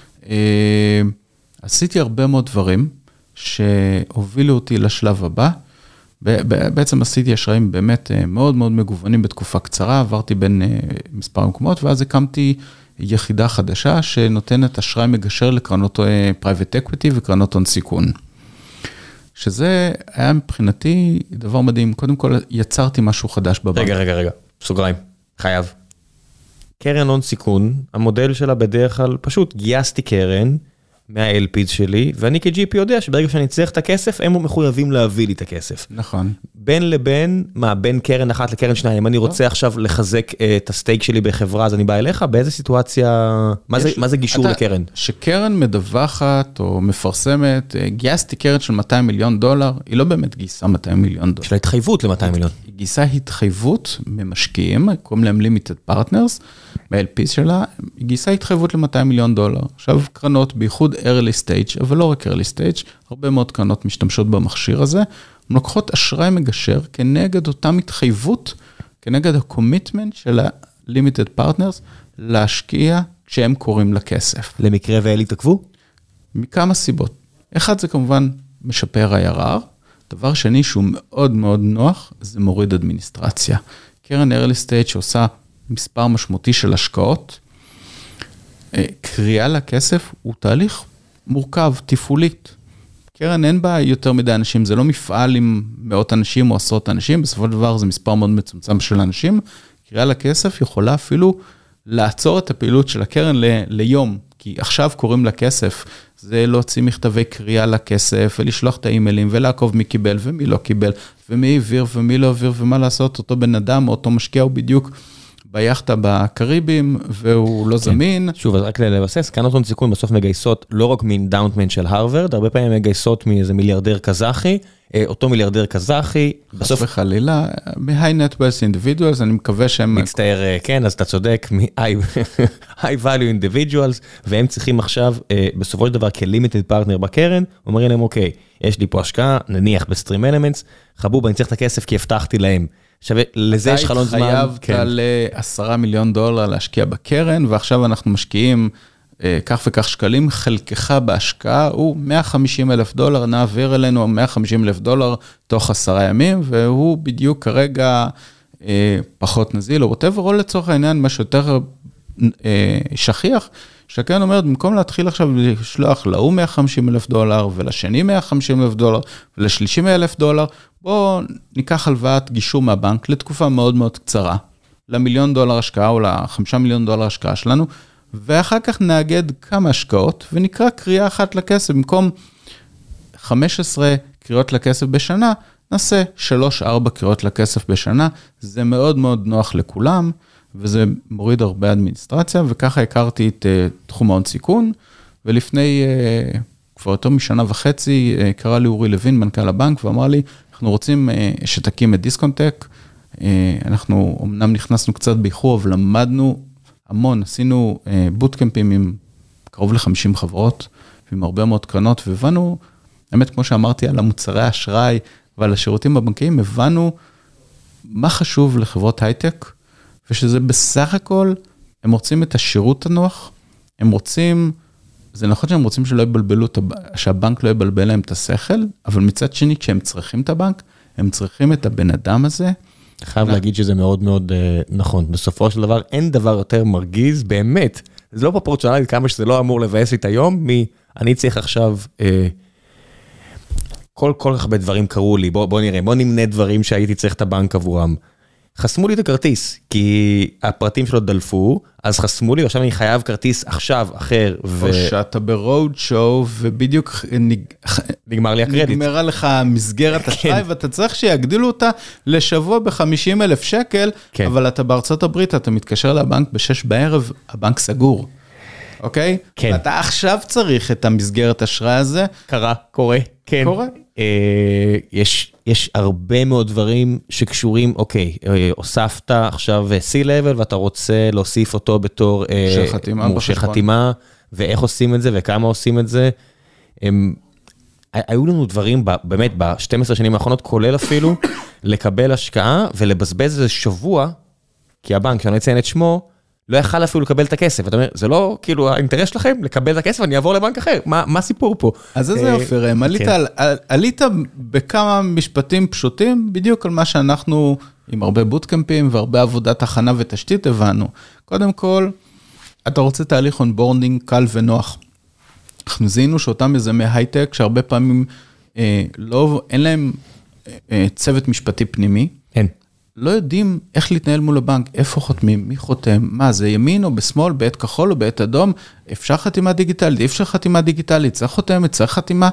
עשיתי הרבה מאוד דברים שהובילו אותי לשלב הבא. בעצם עשיתי אשראים באמת מאוד מאוד מגוונים בתקופה קצרה, עברתי בין מספר מקומות, ואז הקמתי יחידה חדשה שנותנת אשראי מגשר לקרנות פרייבט אקוויטי וקרנות הון סיכון. שזה היה מבחינתי דבר מדהים. קודם כל יצרתי משהו חדש בבנק. רגע, רגע, רגע, סוגריים, חייב. קרן הון סיכון, המודל שלה בדרך כלל פשוט גייסתי קרן מה-אל פיז שלי, ואני כ-ג'י פי יודע שברגע שאני צריך את הכסף, הם מחויבים להביא לי את הכסף. נכון. בין לבין, מה, בין קרן אחת לקרן שניים, אם אני רוצה עכשיו לחזק את הסטייק שלי בחברה, אז אני בא אליך, באיזה סיטואציה, מה זה גישור לקרן? שקרן מדווחת או מפרסמת, גייסתי קרן של מאתיים מיליון דולר, היא לא באמת גייסה מאתיים מיליון דולר. יש לה התחייבות ל-מאתיים מיליון. היא גייסה התחייבות ממשקיעים, קוראים להם Limited Partners, ב-אל פיז שלה, היא גייסה התחייבות ל-מאתיים מיליון דולר. עכשיו קרנות, בייחוד early stage, אבל לא רק early stage, הרבה מאוד קרנות משתמשות במכשיר הזה, הן לוקחות אשראי מגשר כנגד אותם התחייבות, כנגד ה-commitment של ה-Limited Partners, להשקיע כשהם קוראים לכסף. למקרה ואלה התעכבו? מכמה סיבות. אחד זה כמובן משפר ה-איי אר אר, דבר שני שהוא מאוד מאוד נוח, זה מוריד אדמיניסטרציה. קרן early stage שעושה מספר משמעותי של השקעות, קריאה לכסף הוא תהליך מורכב, תפעולית. קרן אין בה יותר מדי אנשים, זה לא מפעל עם מאות אנשים או עשרות אנשים, בסופו של דבר זה מספר מאוד מצומצם של אנשים, קריאה לכסף יכולה אפילו לעצור את הפעילות של הקרן ל- ליום, כי עכשיו קוראים לכסף, זה להוציא מכתבי קריאה לכסף, ולשלוח את האימיילים, ולעקוב מי קיבל ומי לא קיבל, ומי העביר ומי לא העביר, ומה לעשות, אותו בן אדם או אותו משקיע הוא בדיוק ביחדה בקריבים, והוא לא זמין. שוב, אז רק לבסס, קרנות הון סיכון בסוף מגייסות לא רק מאינדאונטמנט של הרווארד, הרבה פעמים מגייסות מאיזה מיליארדר קזחי, אותו מיליארדר קזחי, בסוף וחלילה, מ-high net worth individuals, אני מקווה שהם... מצטער, כן, אז אתה צודק, מ-high value individuals, והם צריכים עכשיו, בסופו של דבר, כ-limited partner בקרן, אומרים להם, אוקיי, יש לי פה השקעה, נניח בסטרים אלמנטס, חבוב, אני צריך את הכסף כי הבטחתי להם. עכשיו, לזה יש חלון זמן. אתה התחייבת ל-עשרה מיליון דולר להשקיע בקרן, ועכשיו אנחנו משקיעים כך וכך שקלים, חלקך בהשקעה הוא מאה וחמישים אלף דולר, נעביר אלינו מאה וחמישים אלף דולר תוך עשרה ימים, והוא בדיוק כרגע פחות נזיל, או whatever, או לצורך העניין, מה שיותר שכיח, שהקרן אומרת, במקום להתחיל עכשיו לשלוח להוא מאה וחמישים אלף דולר, ולשני מאה וחמישים אלף דולר, ולשלישי מאה אלף דולר, בואו ניקח הלוואת גישור מהבנק לתקופה מאוד מאוד קצרה, למיליון דולר השקעה, או לחמישה מיליון דולר השקעה שלנו, ואחר כך נאגד כמה השקעות, ונקרא קריאה אחת לכסף, במקום חמש עשרה קריאות לכסף בשנה, נעשה שלוש ארבע קריאות לכסף בשנה, זה מאוד מאוד נוח לכולם, וזה מוריד הרבה אדמיניסטרציה, וככה הכרתי את תחום ההון סיכון, ולפני כבר יותר משנה וחצי, קרא לי אורי לוין, מנכ"ל הבנק, ואמר לי, אנחנו רוצים שתקים את דיסקונטק, אנחנו אמנם נכנסנו קצת באיחור, אבל למדנו המון, עשינו בוטקמפים עם קרוב ל-חמישים חברות, ועם הרבה מאוד קרנות, והבנו, באמת כמו שאמרתי, על המוצרי האשראי, ועל השירותים הבנקיים, הבנו מה חשוב לחברות הייטק, ושזה בסך הכל, הם רוצים את השירות הנוח, הם רוצים, זה נכון שהם רוצים שלא יבלבלו, שהבנק לא יבלבל להם את השכל, אבל מצד שני, כשהם צריכים את הבנק, הם צריכים את הבן אדם הזה. חייב להגיד שזה מאוד מאוד נכון. בסופו של דבר, אין דבר יותר מרגיז, באמת. זה לא פרופורציונלי כמה שזה לא אמור לבאס לי את היום, מי, אני צריך עכשיו כל כל כך הרבה דברים קרו לי, בוא, בוא נראה, בוא נמנה דברים שהייתי צריך את הבנק עבורם. חסמו לי את הכרטיס, כי הפרטים שלו דלפו, אז חסמו לי, ועכשיו אני חייב כרטיס עכשיו, אחר. ו... או שאתה ברוד שואו, ובדיוק נג... נגמר לי הקרדיט. נגמרה לך מסגרת אשראי, ואתה צריך שיגדילו אותה לשבוע ב-חמישים אלף שקל, כן. אבל אתה בארצות הברית, אתה מתקשר לבנק בשש בערב, הבנק סגור. אוקיי? כן. אתה עכשיו צריך את המסגרת אשראי הזה. קרה, קורה, כן. קורה. אה, יש, יש הרבה מאוד דברים שקשורים, אוקיי, אה, הוספת עכשיו C-Level, ואתה רוצה להוסיף אותו בתור מורשה חתימה, מורשה חתימה, ואיך עושים את זה, וכמה עושים את זה. הם, היו לנו דברים, באמת, ב-שתים עשרה שנים האחרונות, כולל אפילו, לקבל השקעה, ולבזבז איזה שבוע, כי הבנק, שאני אציין את שמו, לא יכל אפילו לקבל את הכסף. אתה אומר, זה לא כאילו האינטרס שלכם, לקבל את הכסף, אני אעבור לבנק אחר. מה, מה הסיפור פה? אז איזה יופי, רם, עלית, על, עלית בכמה משפטים פשוטים, בדיוק על מה שאנחנו, עם הרבה בוטקמפים, והרבה עבודת הכנה ותשתית הבנו. קודם כל, אתה רוצה תהליך אונבורדינג קל ונוח. אנחנו זיהינו שאותם יזמי הייטק, שהרבה פעמים אה, לא, אין להם אה, צוות משפטי פנימי, כן. לא יודעים איך להתנהל מול הבנק, איפה חותמים, מי חותם, מה זה ימין או בשמאל, בעת כחול או בעת אדום, אפשר חתימה דיגיטלית, אפשר חתימה דיגיטלית, צריך חותמת, צריך חתימה,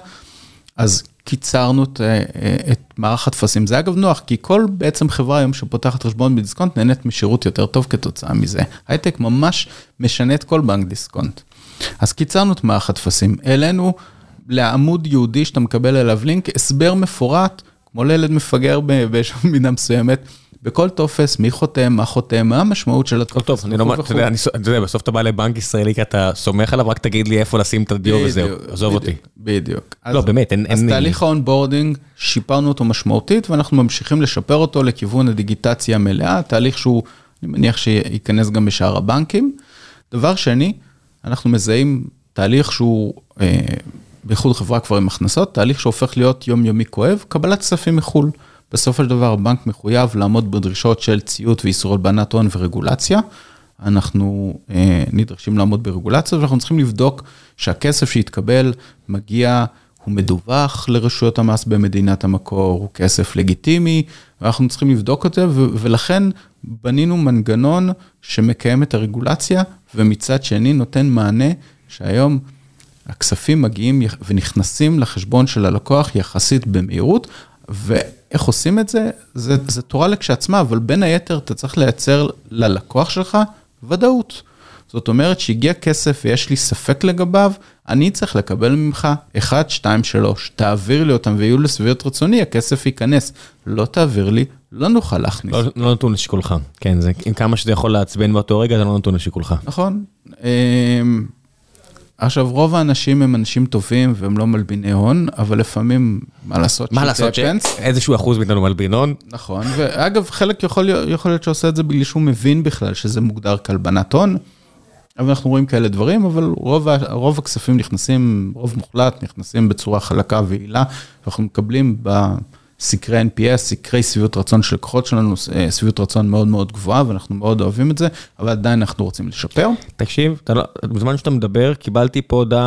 אז קיצרנו את, את מערך התפסים, זה אגב נוח, כי כל בעצם חברה היום שפותחת חשבון בדיסקונט, נהנית משירות יותר טוב כתוצאה מזה, הייטק ממש משנה את כל בנק דיסקונט, אז קיצרנו את מערך התפסים, אלינו לעמוד יהודי שאתה מקבל אליו לינק, הסבר מפורט, כמו לילד מפגר באיזושהי מידה מסוימת, בכל טופס, מי חותם, מה חותם, מה המשמעות של הטופס. טוב, אני לא, אתה יודע, בסוף אתה בא לבנק ישראלי, כי אתה סומך עליו, רק תגיד לי איפה לשים את הדיו וזהו, עזוב אותי. בדיוק. לא, באמת, אין... אז תהליך האונבורדינג, שיפרנו אותו משמעותית, ואנחנו ממשיכים לשפר אותו לכיוון הדיגיטציה המלאה, תהליך שהוא, אני מניח שייכנס גם בשאר הבנקים. דבר שני, אנחנו מזהים תהליך שהוא, בייחוד חברה כבר עם הכנסות, תהליך שהופך להיות יומיומי כואב, קבלת כספים מחול. בסופו של דבר, הבנק מחויב לעמוד בדרישות של ציות ואיסור הלבנת הון ורגולציה. אנחנו אה, נדרשים לעמוד ברגולציה, ואנחנו צריכים לבדוק שהכסף שיתקבל מגיע, הוא מדווח לרשויות המס במדינת המקור, הוא כסף לגיטימי, ואנחנו צריכים לבדוק את זה, ו- ולכן בנינו מנגנון שמקיים את הרגולציה, ומצד שני נותן מענה שהיום הכספים מגיעים ונכנסים לחשבון של הלקוח יחסית במהירות, ואיך עושים את זה? זה, זה תורה לכשעצמה, אבל בין היתר אתה צריך לייצר ללקוח שלך ודאות. זאת אומרת שהגיע כסף ויש לי ספק לגביו, אני צריך לקבל ממך אחד, שתיים, שלוש, תעביר לי אותם ויהיו לסביבות רצוני, הכסף ייכנס. לא תעביר לי, לא נוכל להכניס. לא, לא נתון לשיקולך, כן, זה, עם כמה שזה יכול לעצבן באותו רגע, זה לא נתון לשיקולך. נכון. עכשיו, רוב האנשים הם אנשים טובים, והם לא מלביני הון, אבל לפעמים, מה לעשות? מה לעשות? איזשהו אחוז מאיתנו מלבין הון. נכון, ואגב, חלק יכול, יכול להיות שעושה את זה בגלל שהוא מבין בכלל, שזה מוגדר כלבנת הון, אבל אנחנו רואים כאלה דברים, אבל רוב, רוב הכספים נכנסים, רוב מוחלט, נכנסים בצורה חלקה ועילה, ואנחנו מקבלים בסקרי אן פי אס, סקרי סביבות רצון של לקוחות שלנו, סביבות רצון מאוד מאוד גבוהה, ואנחנו מאוד אוהבים את זה, אבל עדיין אנחנו רוצים לשפר. תקשיב, בזמן שאתה מדבר, קיבלתי פה הודעה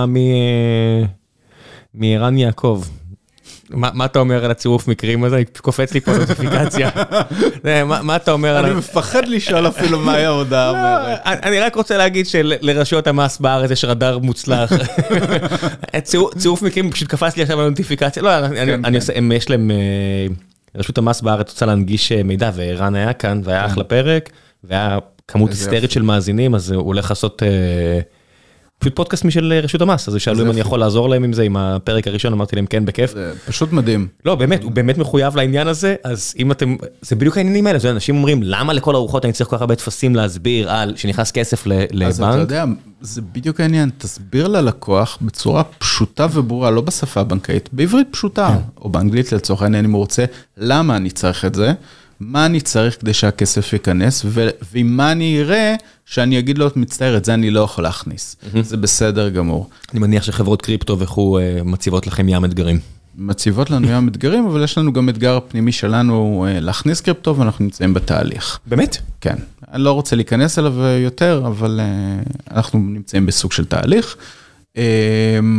מערן יעקב. מה אתה אומר על הצירוף מקרים הזה? קופץ לי פה נוטיפיקציה. מה אתה אומר על... אני מפחד לשאול אפילו מה היה ההודעה אומרת. אני רק רוצה להגיד שלרשויות המס בארץ יש רדאר מוצלח. צירוף מקרים פשוט קפץ לי עכשיו בנוטיפיקציה. לא, אני עושה, יש להם... רשות המס בארץ רוצה להנגיש מידע, וערן היה כאן, והיה אחלה פרק, והיה כמות היסטרית של מאזינים, אז הוא הולך לעשות... פשוט פודקאסט משל רשות המס, אז שאלו אם אני יכול לעזור להם עם זה, עם הפרק הראשון, אמרתי להם כן, בכיף. זה פשוט מדהים. לא, באמת, הוא באמת מחויב לעניין הזה, אז אם אתם, זה בדיוק העניינים האלה, אנשים אומרים, למה לכל הרוחות אני צריך כל כך הרבה תפסים להסביר על שנכנס כסף לבנק? אז אתה יודע, זה בדיוק העניין, תסביר ללקוח בצורה פשוטה וברורה, לא בשפה הבנקאית, בעברית פשוטה, או באנגלית לצורך העניין, אם הוא רוצה, למה אני צריך את זה? מה אני צריך כדי שהכסף ייכנס, ועם מה אני אראה שאני אגיד לו, מצטער, את זה אני לא יכול להכניס. זה בסדר גמור. אני מניח שחברות קריפטו וכו' מציבות לכם ים אתגרים. מציבות לנו ים אתגרים, אבל יש לנו גם אתגר פנימי שלנו להכניס קריפטו, ואנחנו נמצאים בתהליך. באמת? כן. אני לא רוצה להיכנס אליו יותר, אבל אנחנו נמצאים בסוג של תהליך.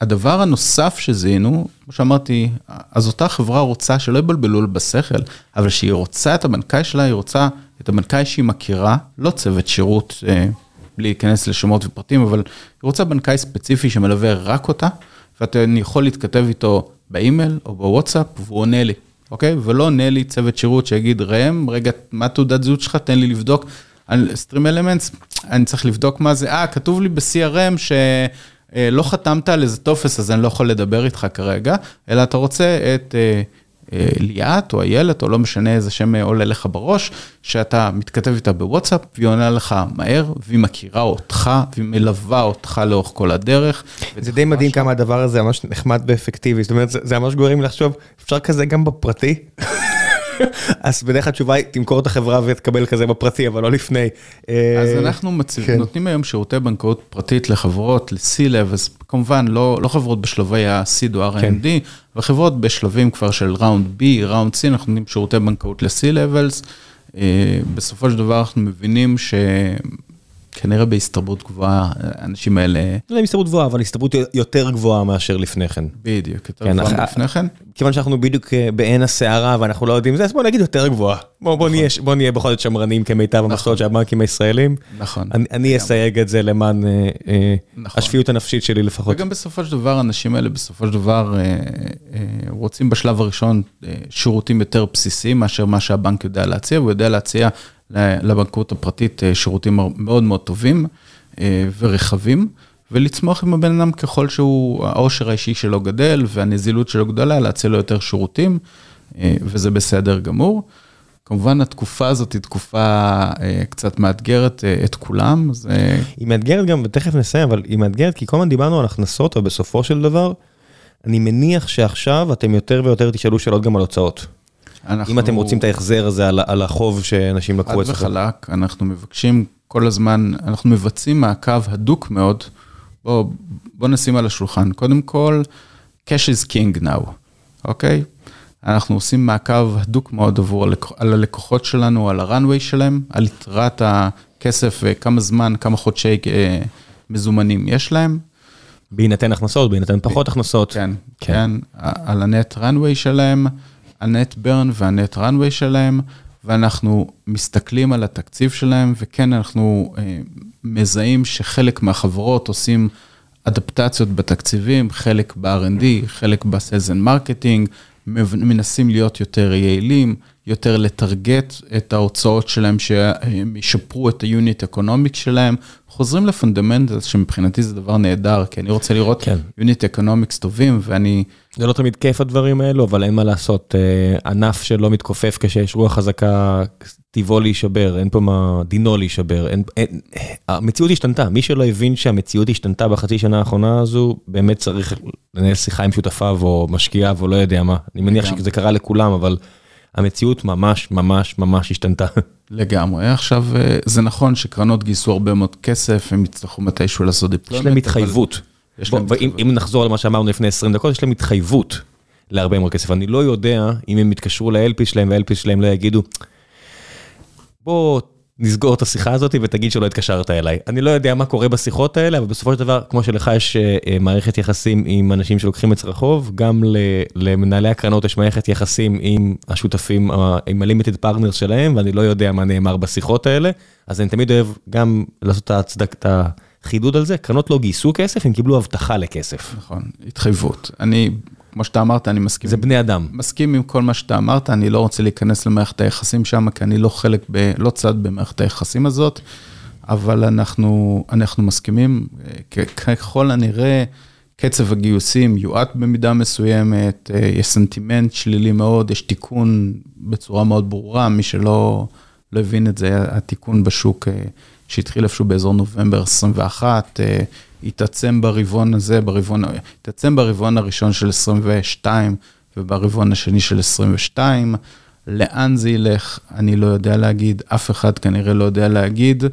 הדבר הנוסף שזיהינו, כמו שאמרתי, אז אותה חברה רוצה שלא יבלבלו בשכל, אבל שהיא רוצה את הבנקאי שלה, היא רוצה את הבנקאי שהיא מכירה, לא צוות שירות, בלי להיכנס לשמות ופרטים, אבל היא רוצה בנקאי ספציפי שמלווה רק אותה, ואני יכול להתכתב איתו באימייל או בוואטסאפ, והוא עונה לי, אוקיי? ולא עונה לי צוות שירות שיגיד, ראם, רגע, מה תעודת זהות שלך? תן לי לבדוק. על Stream Elements, אני צריך לבדוק מה זה. אה, כתוב לי ב-סי אר אם שלא חתמת על איזה טופס, אז אני לא יכול לדבר איתך כרגע, אלא אתה רוצה את ליאת או איילת, או לא משנה איזה שם עולה לך בראש, שאתה מתכתב איתה בוואטסאפ, והיא עונה לך מהר, והיא מכירה אותך, והיא מלווה אותך לאורך כל הדרך. זה די מדהים כמה הדבר הזה ממש נחמד ואפקטיבי, זאת אומרת, זה ממש גורם לחשוב, אפשר כזה גם בפרטי? אז בדרך כלל תשובה היא, תמכור את החברה ותקבל כזה בפרטי, אבל לא לפני. אז אנחנו נותנים היום שירותי בנקאות פרטית לחברות, ל-C-Levels, כמובן לא חברות בשלבי ה-Seed או אר אנד די, וחברות בשלבים כבר של ראונד בי, ראונד סי, אנחנו נותנים שירותי בנקאות ל-C-Levels. בסופו של דבר אנחנו מבינים ש... כנראה בהסתברות גבוהה, האנשים האלה... לא עם הסתברות גבוהה, אבל הסתברות יותר גבוהה מאשר לפני כן. בדיוק, יותר גבוהה לפני כן. כיוון שאנחנו בדיוק בעין הסערה, ואנחנו לא יודעים זה, אז בוא נגיד יותר גבוהה. בוא נהיה בכל זאת שמרנים כמיטב המסורת של הבנקים הישראלים. נכון. אני אסייג את זה למען השפיות הנפשית שלי לפחות. וגם בסופו של דבר, האנשים האלה בסופו של דבר רוצים בשלב הראשון שירותים יותר בסיסיים, מאשר מה שהבנק יודע להציע, הוא יודע להציע לבנקאות הפרטית שירותים מאוד מאוד טובים ורחבים, ולצמוח עם הבן אדם ככל שהוא, העושר האישי שלו גדל, והנזילות שלו גדולה, להציע לו יותר שירותים, וזה בסדר גמור. כמובן, התקופה הזאת היא תקופה קצת מאתגרת את כולם. היא מאתגרת גם, ותכף נסיים, אבל היא מאתגרת, כי כל הזמן דיברנו על הכנסות, אבל בסופו של דבר, אני מניח שעכשיו אתם יותר ויותר תשאלו שאלות גם על הוצאות. אם אתם רוצים את ההחזר הזה על החוב שאנשים לקחו אצלכם. חד וחלק, אנחנו מבקשים כל הזמן, אנחנו מבצעים מעקב הדוק מאוד, בוא, בוא נשים על השולחן. קודם כל, cash is king now, אוקיי? אנחנו עושים מעקב הדוק מאוד עבור על הלקוחות שלנו, על הרנווי שלהם, על יתרת הכסף, כמה זמן, כמה חודשי מזומנים יש להם. בהינתן הכנסות, בהינתן פחות הכנסות. כן, כן, על הנט רנווי שלהם, הנט ברן והנט רנווי שלהם, ואנחנו מסתכלים על התקציב שלהם, וכן אנחנו אה, מזהים שחלק מהחברות עושים אדפטציות בתקציבים, חלק ב-אר אנד די, חלק ב-Sales and Marketing, מנסים להיות יותר יעילים, יותר לטרגט את ההוצאות שלהם, שהם ישפרו את ה-Unit Economics שלהם, חוזרים לפונדמנטלס, שמבחינתי זה דבר נהדר, כי אני רוצה לראות כן. Unit Economics טובים, ואני... זה לא תמיד כיף הדברים האלו, אבל אין מה לעשות, ענף שלא מתכופף כשיש רוח חזקה, טיבו להישבר, אין פה מה, דינו להישבר, אין, אין, המציאות השתנתה, מי שלא הבין שהמציאות השתנתה בחצי שנה האחרונה הזו, באמת צריך לנהל שיחה עם שותפיו או משקיעיו או לא יודע מה, אני מניח שזה קרה לכולם, אבל המציאות ממש ממש ממש השתנתה. לגמרי, עכשיו זה נכון שקרנות גייסו הרבה מאוד כסף, הם יצטרכו מתישהו לעשות דיפלומט. יש להם התחייבות. אם נחזור למה שאמרנו לפני עשרים דקות, יש להם התחייבות להרבה מאוד כסף. אני לא יודע אם הם יתקשרו ל-אל פי שלהם, וה-אל פי שלהם לא יגידו, בוא נסגור את השיחה הזאת ותגיד שלא התקשרת אליי. אני לא יודע מה קורה בשיחות האלה, אבל בסופו של דבר, כמו שלך יש מערכת יחסים עם אנשים שלוקחים את רחוב, גם למנהלי הקרנות יש מערכת יחסים עם השותפים, עם ה-limited partners שלהם, ואני לא יודע מה נאמר בשיחות האלה, אז אני תמיד אוהב גם לעשות את הצדק, את החידוד על זה, קרנות לא גייסו כסף, הם קיבלו הבטחה לכסף. נכון, התחייבות. אני, כמו שאתה אמרת, אני מסכים. זה בני אדם. מסכים עם כל מה שאתה אמרת, אני לא רוצה להיכנס למערכת היחסים שם, כי אני לא חלק, ב, לא צד במערכת היחסים הזאת, אבל אנחנו, אנחנו מסכימים, ככל הנראה, קצב הגיוסים יועט במידה מסוימת, יש סנטימנט שלילי מאוד, יש תיקון בצורה מאוד ברורה, מי שלא לא הבין את זה, התיקון בשוק שהתחיל איפשהו באזור נובמבר עשרים ואחת, התעצם ברבעון הזה, ברבעון, התעצם ברבעון הראשון של עשרים ושתיים, וברבעון השני של עשרים ושתיים, לאן זה ילך, אני לא יודע להגיד, אף אחד כנראה לא יודע להגיד,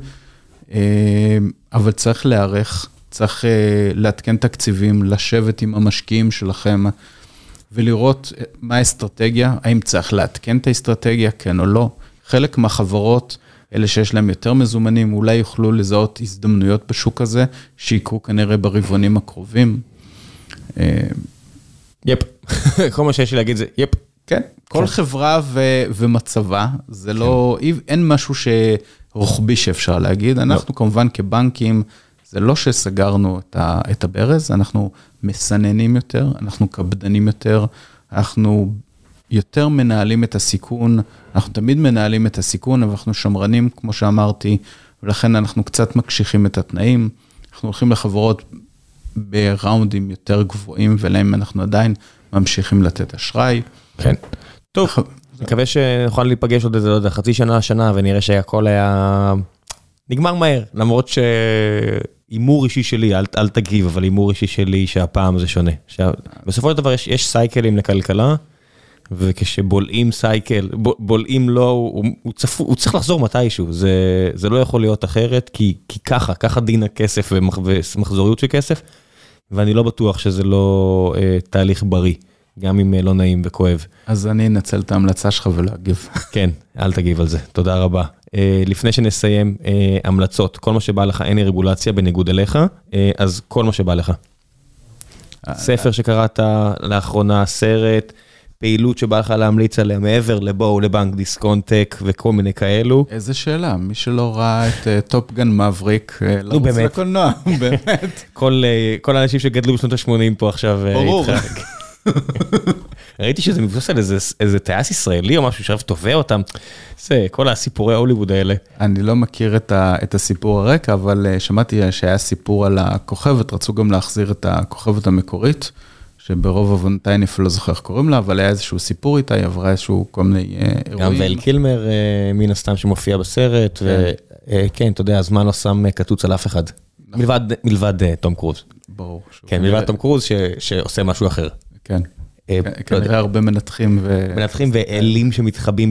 אבל צריך להערך, צריך להתקן תקציבים, לשבת עם המשקיעים שלכם, ולראות מה האסטרטגיה, האם צריך להתקן את האסטרטגיה, כן או לא. חלק מהחברות, אלה שיש להם יותר מזומנים, אולי יוכלו לזהות הזדמנויות בשוק הזה, שיקרו כנראה ברבעונים הקרובים. יפ, כל מה שיש לי להגיד זה יפ. כן, כל חברה ומצבה, זה לא, אין משהו שרוחבי שאפשר להגיד, אנחנו כמובן כבנקים, זה לא שסגרנו את הברז, אנחנו מסננים יותר, אנחנו קפדנים יותר, אנחנו יותר מנהלים את הסיכון, אנחנו תמיד מנהלים את הסיכון, אבל אנחנו שמרנים, כמו שאמרתי, ולכן אנחנו קצת מקשיחים את התנאים, אנחנו הולכים לחברות בראונדים יותר גבוהים, ולהם אנחנו עדיין ממשיכים לתת אשראי. כן. טוב, אני מקווה שנוכל להיפגש עוד איזה, לא יודע, חצי שנה, שנה, ונראה שהכל היה נגמר מהר, למרות שאימור אישי שלי, אל, אל תגיב, אבל אימור אישי שלי שהפעם זה שונה. בסופו של דבר יש, יש סייקלים לכלכלה, וכשבולעים סייקל, בולעים לו, הוא, הוא, צפו, הוא צריך לחזור מתישהו, זה, זה לא יכול להיות אחרת, כי, כי ככה, ככה דין הכסף ומחזוריות של כסף, ואני לא בטוח שזה לא אה, תהליך בריא, גם אם לא נעים וכואב. אז אני אנצל את ההמלצה שלך ולהגיב. כן, אל תגיב על זה, תודה רבה. אה, לפני שנסיים, אה, המלצות, כל מה שבא לך, אין לי רגולציה בניגוד אליך, אה, אז כל מה שבא לך. ספר שקראת לאחרונה, סרט, פעילות שבא לך להמליץ עליה, מעבר לבואו לבנק דיסקונטק וכל מיני כאלו. איזה שאלה, מי שלא ראה את טופגן מבריק, לרוץ לקולנוע, באמת. כל האנשים שגדלו בשנות ה-שמונים פה עכשיו. ברור. ראיתי שזה מבוסס על איזה טייס ישראלי או משהו שרב תובע אותם. זה כל הסיפורי הוליווד האלה. אני לא מכיר את הסיפור הרקע, אבל שמעתי שהיה סיפור על הכוכבת, רצו גם להחזיר את הכוכבת המקורית, שברוב עוונותיי אני אפילו לא זוכר איך קוראים לה, אבל היה איזשהו סיפור איתה, היא עברה איזשהו כל מיני אירועים. גם ואל קילמר מן הסתם שמופיע בסרט, וכן, אתה יודע, הזמן לא שם קטוץ על אף אחד. מלבד תום קרוז. ברור. כן, מלבד תום קרוז שעושה משהו אחר. כן. כנראה הרבה מנתחים ו... מנתחים ואלים שמתחבים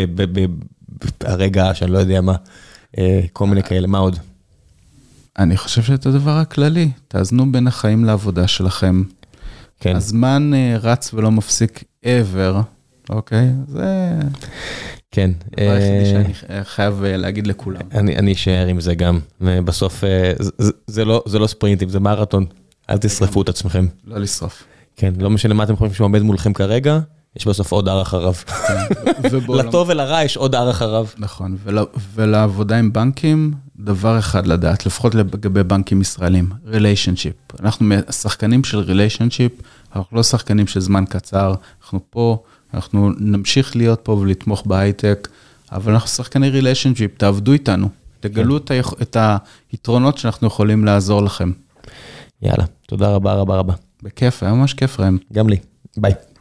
ברגע שאני לא יודע מה, כל מיני כאלה, מה עוד? אני חושב שאת הדבר הכללי, תאזנו בין החיים לעבודה שלכם. כן. הזמן רץ ולא מפסיק ever, אוקיי? זה... כן. הדבר היחידי שאני חייב להגיד לכולם. אני, אני אשאר עם זה גם. בסוף, זה, זה לא, זה לא ספרינטים, זה מרתון. אל תשרפו את עצמכם. לא לשרוף. כן, לא משנה מה אתם חושבים שעומד מולכם כרגע, יש בסוף עוד הר אחריו. לטוב ולרע יש עוד הר אחריו. נכון, ולעבודה עם בנקים, דבר אחד לדעת, לפחות לגבי בנקים ישראלים, relationship. אנחנו שחקנים של relationship, אנחנו לא שחקנים של זמן קצר, אנחנו פה, אנחנו נמשיך להיות פה ולתמוך בהייטק, אבל אנחנו שחקני relationship, תעבדו איתנו, תגלו את היתרונות שאנחנו יכולים לעזור לכם. יאללה, תודה רבה רבה רבה. בכיף, היה ממש כיף רם. גם לי, ביי.